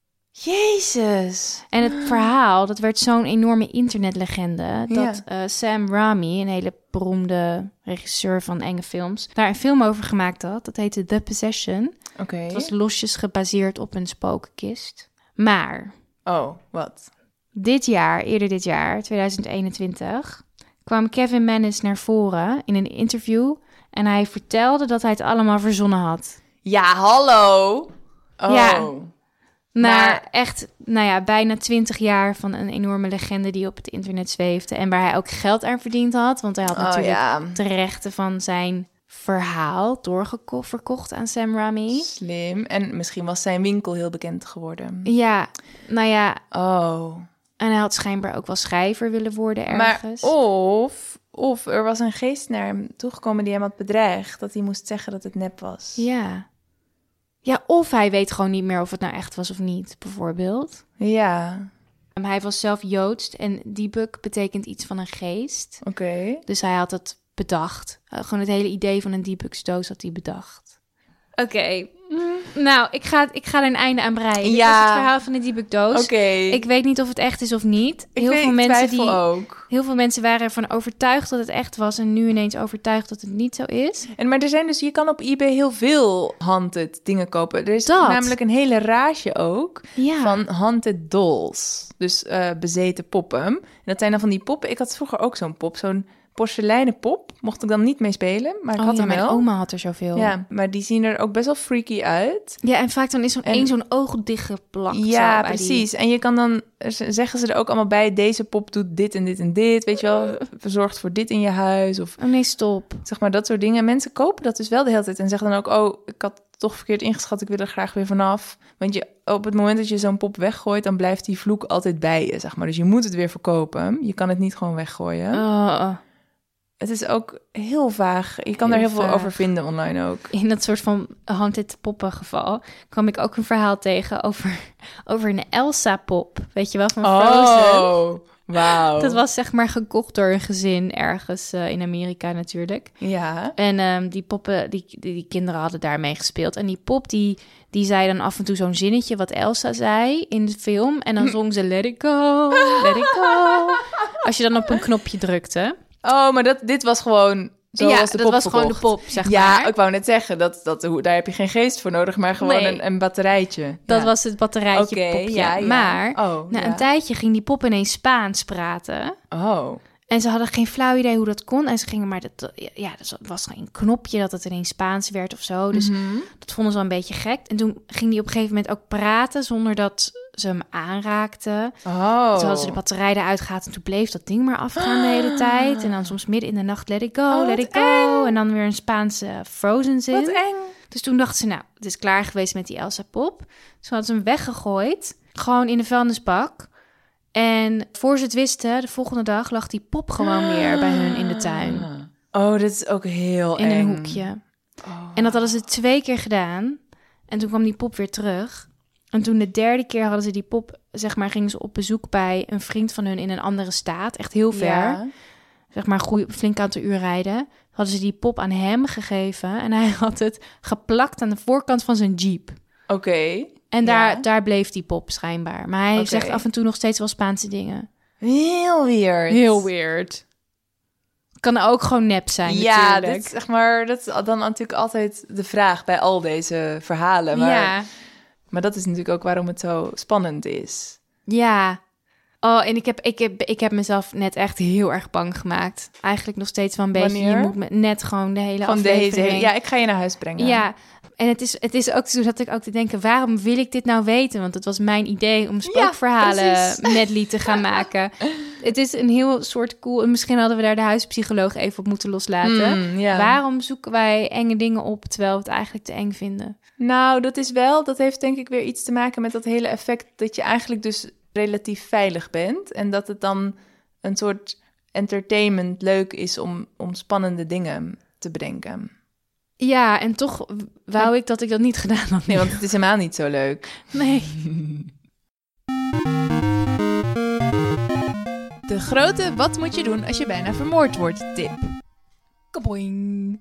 Speaker 1: Jezus.
Speaker 2: En het verhaal, dat werd zo'n enorme internetlegende, dat
Speaker 1: Ja.
Speaker 2: uh, Sam Raimi, een hele beroemde regisseur van enge films, daar een film over gemaakt had. Dat heette The Possession.
Speaker 1: Oké. Okay.
Speaker 2: Het was losjes gebaseerd op een spokenkist. Maar
Speaker 1: Oh, wat?
Speaker 2: dit jaar, eerder dit jaar, tweeduizend eenentwintig, kwam Kevin Mannis naar voren in een interview en hij vertelde dat hij het allemaal verzonnen had.
Speaker 1: Ja, hallo. Oh.
Speaker 2: Ja. Na
Speaker 1: Maar-
Speaker 2: echt, nou ja, bijna twintig jaar van een enorme legende die op het internet zweefde en waar hij ook geld aan verdiend had, want hij had
Speaker 1: Oh,
Speaker 2: natuurlijk
Speaker 1: ja.
Speaker 2: de rechten van zijn verhaal doorverkocht aan Sam Raimi.
Speaker 1: Slim. En misschien was zijn winkel heel bekend geworden.
Speaker 2: Ja, nou ja,
Speaker 1: Oh.
Speaker 2: en hij had schijnbaar ook wel schrijver willen worden
Speaker 1: Maar
Speaker 2: ergens.
Speaker 1: of, of er was een geest naar hem toegekomen die hem had bedreigd, dat hij moest zeggen dat het nep was.
Speaker 2: Ja. Ja, of hij weet gewoon niet meer of het nou echt was of niet, bijvoorbeeld.
Speaker 1: Ja.
Speaker 2: Um, hij was zelf Joods en debug betekent iets van een geest.
Speaker 1: Oké. Okay.
Speaker 2: Dus hij had het bedacht. Uh, gewoon het hele idee van een debugsdoos had hij bedacht. Oké. Okay. Mm, nou, ik ga, ik ga er een einde aan breien.
Speaker 1: Ja.
Speaker 2: Dit was het verhaal van de debugdoos.
Speaker 1: Oké. Okay.
Speaker 2: Ik weet niet of het echt is of niet.
Speaker 1: Ik
Speaker 2: heel
Speaker 1: weet,
Speaker 2: veel mensen die
Speaker 1: ook.
Speaker 2: Heel veel mensen waren ervan overtuigd dat het echt was en nu ineens overtuigd dat het niet zo is.
Speaker 1: En maar er zijn dus, je kan op eBay heel veel haunted dingen kopen. Er is
Speaker 2: dat.
Speaker 1: namelijk een hele rage ook
Speaker 2: ja.
Speaker 1: van haunted dolls. Dus uh, bezeten poppen. En dat zijn dan van die poppen. Ik had vroeger ook zo'n pop, zo'n porseleinen pop. Mocht ik dan niet mee spelen, maar ik
Speaker 2: oh,
Speaker 1: had
Speaker 2: ja,
Speaker 1: hem wel.
Speaker 2: Mijn oma had er zoveel.
Speaker 1: Ja, maar die zien er ook best wel freaky uit.
Speaker 2: Ja, en vaak dan is zo'n
Speaker 1: en,
Speaker 2: één zo'n oog dichtgeplakt.
Speaker 1: Ja,
Speaker 2: bij
Speaker 1: precies.
Speaker 2: Die...
Speaker 1: En je kan dan, zeggen ze er ook allemaal bij, deze pop doet dit en dit en dit. Weet je wel, verzorgt voor dit in je huis. Of,
Speaker 2: oh nee, stop.
Speaker 1: Zeg maar dat soort dingen. Mensen kopen dat dus wel de hele tijd en zeggen dan ook, oh, ik had toch verkeerd ingeschat, ik wil er graag weer vanaf. Want je, op het moment dat je zo'n pop weggooit, dan blijft die vloek altijd bij je, zeg maar. Dus je moet het weer verkopen. Je kan het niet gewoon weggooien.
Speaker 2: Oh.
Speaker 1: Het is ook heel vaag. Je kan
Speaker 2: heel
Speaker 1: er heel
Speaker 2: vaag.
Speaker 1: veel over vinden online ook.
Speaker 2: In dat soort van haunted poppen geval kwam ik ook een verhaal tegen over, over een Elsa-pop. Weet je wel, van Frozen.
Speaker 1: Oh, wauw.
Speaker 2: Dat was zeg maar gekocht door een gezin ergens uh, in Amerika natuurlijk.
Speaker 1: Ja.
Speaker 2: En um, die poppen, die, die, die kinderen hadden daarmee gespeeld. En die pop, die, die zei dan af en toe zo'n zinnetje wat Elsa zei in de film. En dan zong ze let it go, let it go. Als je dan op een knopje drukte.
Speaker 1: Oh, maar dat, dit was gewoon zo
Speaker 2: ja,
Speaker 1: was de
Speaker 2: dat
Speaker 1: pop
Speaker 2: was
Speaker 1: verkocht.
Speaker 2: gewoon de pop, zeg
Speaker 1: ja,
Speaker 2: maar.
Speaker 1: ik wou net zeggen, dat, dat, daar heb je geen geest voor nodig, maar gewoon
Speaker 2: nee.
Speaker 1: een, een batterijtje.
Speaker 2: Dat
Speaker 1: ja.
Speaker 2: was het batterijtje
Speaker 1: okay,
Speaker 2: popje.
Speaker 1: Ja, ja.
Speaker 2: Maar
Speaker 1: oh,
Speaker 2: na
Speaker 1: ja.
Speaker 2: een tijdje ging die pop ineens Spaans praten.
Speaker 1: Oh.
Speaker 2: En ze hadden geen flauw idee hoe dat kon. En ze gingen maar, dat, ja, dat was geen knopje dat het ineens Spaans werd of zo. Dus
Speaker 1: mm-hmm.
Speaker 2: dat vonden ze wel een beetje gek. En toen ging die op een gegeven moment ook praten zonder dat ze hem aanraakten.
Speaker 1: Oh.
Speaker 2: Toen hadden ze de batterij eruit gehaald en toen bleef dat ding maar afgaan de hele tijd. En dan soms midden in de nacht let it go,
Speaker 1: oh,
Speaker 2: let it go.
Speaker 1: Eng.
Speaker 2: En dan weer een Spaanse Frozen zin.
Speaker 1: Wat eng.
Speaker 2: Dus toen dachten ze, nou, het is klaar geweest met die Elsa pop. Dus hadden ze hem weggegooid, gewoon in de vuilnisbak. En voor ze het wisten, de volgende dag lag die pop gewoon weer bij hun in de tuin.
Speaker 1: Oh, dit is ook heel
Speaker 2: in
Speaker 1: eng.
Speaker 2: een hoekje. Oh. En dat hadden ze twee keer gedaan. En toen kwam die pop weer terug. En toen de derde keer hadden ze die pop, zeg maar, gingen ze op bezoek bij een vriend van hun in een andere staat. Echt heel ver.
Speaker 1: Ja.
Speaker 2: Zeg maar, een flink aantal uur rijden. Hadden ze die pop aan hem gegeven. En hij had het geplakt aan de voorkant van zijn Jeep.
Speaker 1: Oké. Okay.
Speaker 2: En daar,
Speaker 1: ja.
Speaker 2: daar bleef die pop schijnbaar. Maar hij okay. zegt af en toe nog steeds wel Spaanse dingen.
Speaker 1: Heel weird.
Speaker 2: Heel weird. Kan ook gewoon nep zijn,
Speaker 1: ja,
Speaker 2: natuurlijk.
Speaker 1: Ja, zeg maar, dat is dan natuurlijk altijd de vraag bij al deze verhalen. Maar,
Speaker 2: ja.
Speaker 1: maar dat is natuurlijk ook waarom het zo spannend is.
Speaker 2: Ja. Oh, en ik heb, ik, heb, ik heb mezelf net echt heel erg bang gemaakt. Eigenlijk nog steeds wel een beetje.
Speaker 1: Wanneer?
Speaker 2: Je moet me net gewoon de hele
Speaker 1: Van
Speaker 2: aflevering...
Speaker 1: deze, ja, ik ga je naar huis brengen.
Speaker 2: Ja, en het is, het is ook zo dat ik ook te denken... waarom wil ik dit nou weten? Want het was mijn idee om spookverhalen
Speaker 1: precies.
Speaker 2: medley te gaan maken. Het is een heel soort cool... Misschien hadden we daar de huispsycholoog even op moeten loslaten.
Speaker 1: Mm, ja.
Speaker 2: Waarom zoeken wij enge dingen op... terwijl we het eigenlijk te eng vinden?
Speaker 1: Nou, dat is wel, dat heeft denk ik weer iets te maken met dat hele effect... dat je eigenlijk dus relatief veilig bent. En dat het dan een soort entertainment leuk is om, om spannende dingen te bedenken.
Speaker 2: Ja, en toch wou ik dat ik dat niet gedaan had.
Speaker 1: Nee, want het is helemaal niet zo leuk.
Speaker 2: Nee.
Speaker 3: De grote wat moet je doen als je bijna vermoord wordt tip. Kaboing.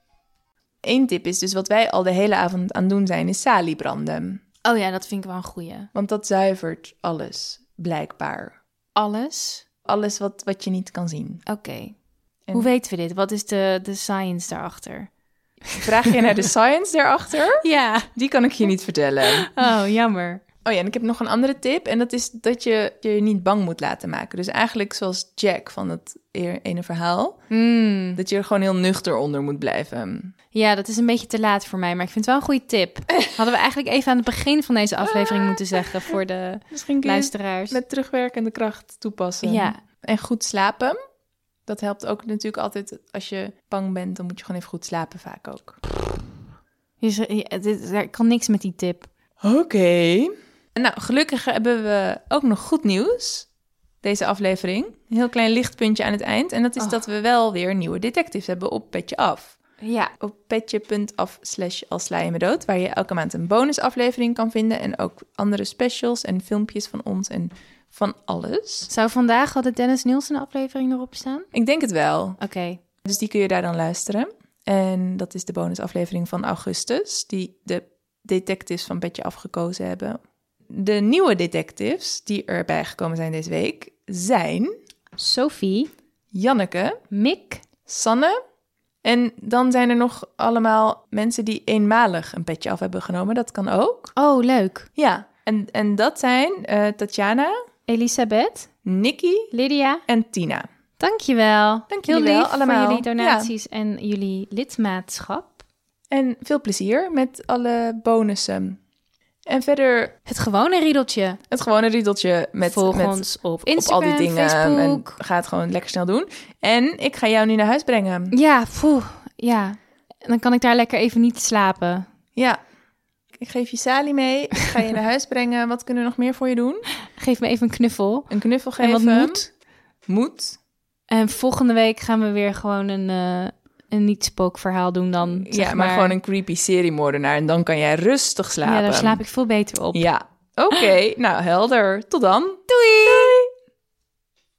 Speaker 1: Eén tip is dus wat wij al de hele avond aan het doen zijn, is saliebranden.
Speaker 2: Oh ja, dat vind ik wel een goeie.
Speaker 1: Want dat zuivert alles, blijkbaar.
Speaker 2: Alles?
Speaker 1: Alles wat, wat je niet kan zien.
Speaker 2: Oké.
Speaker 1: En-
Speaker 2: Hoe weten we dit? Wat is de, de science daarachter?
Speaker 1: Vraag je naar de science daarachter?
Speaker 2: Ja.
Speaker 1: Die kan ik je niet vertellen.
Speaker 2: Oh, jammer.
Speaker 1: Oh ja, en ik heb nog een andere tip. En dat is dat je je niet bang moet laten maken. Dus eigenlijk zoals Jack van het eer- ene verhaal.
Speaker 2: Mm.
Speaker 1: Dat je er gewoon heel nuchter onder moet blijven.
Speaker 2: Ja, dat is een beetje te laat voor mij, maar ik vind het wel een goede tip. Hadden we eigenlijk even aan het begin van deze aflevering moeten zeggen voor de
Speaker 1: Misschien kun je
Speaker 2: luisteraars.
Speaker 1: met terugwerkende kracht toepassen.
Speaker 2: Ja.
Speaker 1: En goed slapen. Dat helpt ook natuurlijk altijd. Als je bang bent, dan moet je gewoon even goed slapen vaak ook.
Speaker 2: Je zegt- ja, dit- er kan niks met die tip.
Speaker 1: Oké. Nou, gelukkig hebben we ook nog goed nieuws. Deze aflevering. Een heel klein lichtpuntje aan het eind. En dat is
Speaker 2: Oh.
Speaker 1: dat we wel weer nieuwe detectives hebben op Petje Af.
Speaker 2: Ja.
Speaker 1: Op petje.af slash als sla je me dood. Waar je elke maand een bonusaflevering kan vinden. En ook andere specials en filmpjes van ons en van alles.
Speaker 2: Zou vandaag al de Dennis Nielsen aflevering erop staan?
Speaker 1: Ik denk het wel.
Speaker 2: Oké.
Speaker 1: Dus die kun je daar dan luisteren. En dat is de bonusaflevering van augustus. Die de detectives van Petje Af gekozen hebben. De nieuwe detectives die erbij gekomen zijn deze week zijn
Speaker 2: Sophie,
Speaker 1: Janneke,
Speaker 2: Mick,
Speaker 1: Sanne. En dan zijn er nog allemaal mensen die eenmalig een petje af hebben genomen. Dat kan ook.
Speaker 2: oh leuk,
Speaker 1: Ja, en, en dat zijn eh, Tatjana,
Speaker 2: Elisabeth,
Speaker 1: Nikki
Speaker 2: Lydia.
Speaker 1: en Tina.
Speaker 2: Dankjewel.
Speaker 1: Dank
Speaker 2: Heel
Speaker 1: jullie wel,
Speaker 2: lief
Speaker 1: allemaal.
Speaker 2: voor jullie donaties en jullie lidmaatschap.
Speaker 1: En veel plezier met alle bonussen. En verder
Speaker 2: Het gewone riedeltje.
Speaker 1: het gewone riedeltje met,
Speaker 2: Volg
Speaker 1: met
Speaker 2: ons op
Speaker 1: op
Speaker 2: Instagram,
Speaker 1: al die dingen.
Speaker 2: Facebook.
Speaker 1: En ga het gewoon lekker snel doen. En ik ga jou nu naar huis brengen.
Speaker 2: Ja, poeh, ja. Dan kan ik daar lekker even niet slapen.
Speaker 1: Ja, ik geef je Sali mee. Ik ga je naar huis brengen. Wat kunnen we nog meer voor je doen?
Speaker 2: Geef me even een knuffel.
Speaker 1: Een knuffel
Speaker 2: En
Speaker 1: geven.
Speaker 2: wat moed.
Speaker 1: Moed.
Speaker 2: En volgende week gaan we weer gewoon een, uh, een niet-spookverhaal doen dan.
Speaker 1: Ja,
Speaker 2: zeg
Speaker 1: maar,
Speaker 2: maar
Speaker 1: gewoon een creepy seriemoordenaar. En dan kan jij rustig slapen.
Speaker 2: Ja, daar slaap ik veel beter op.
Speaker 1: Ja, oké. Nou, helder. Tot dan. Doei!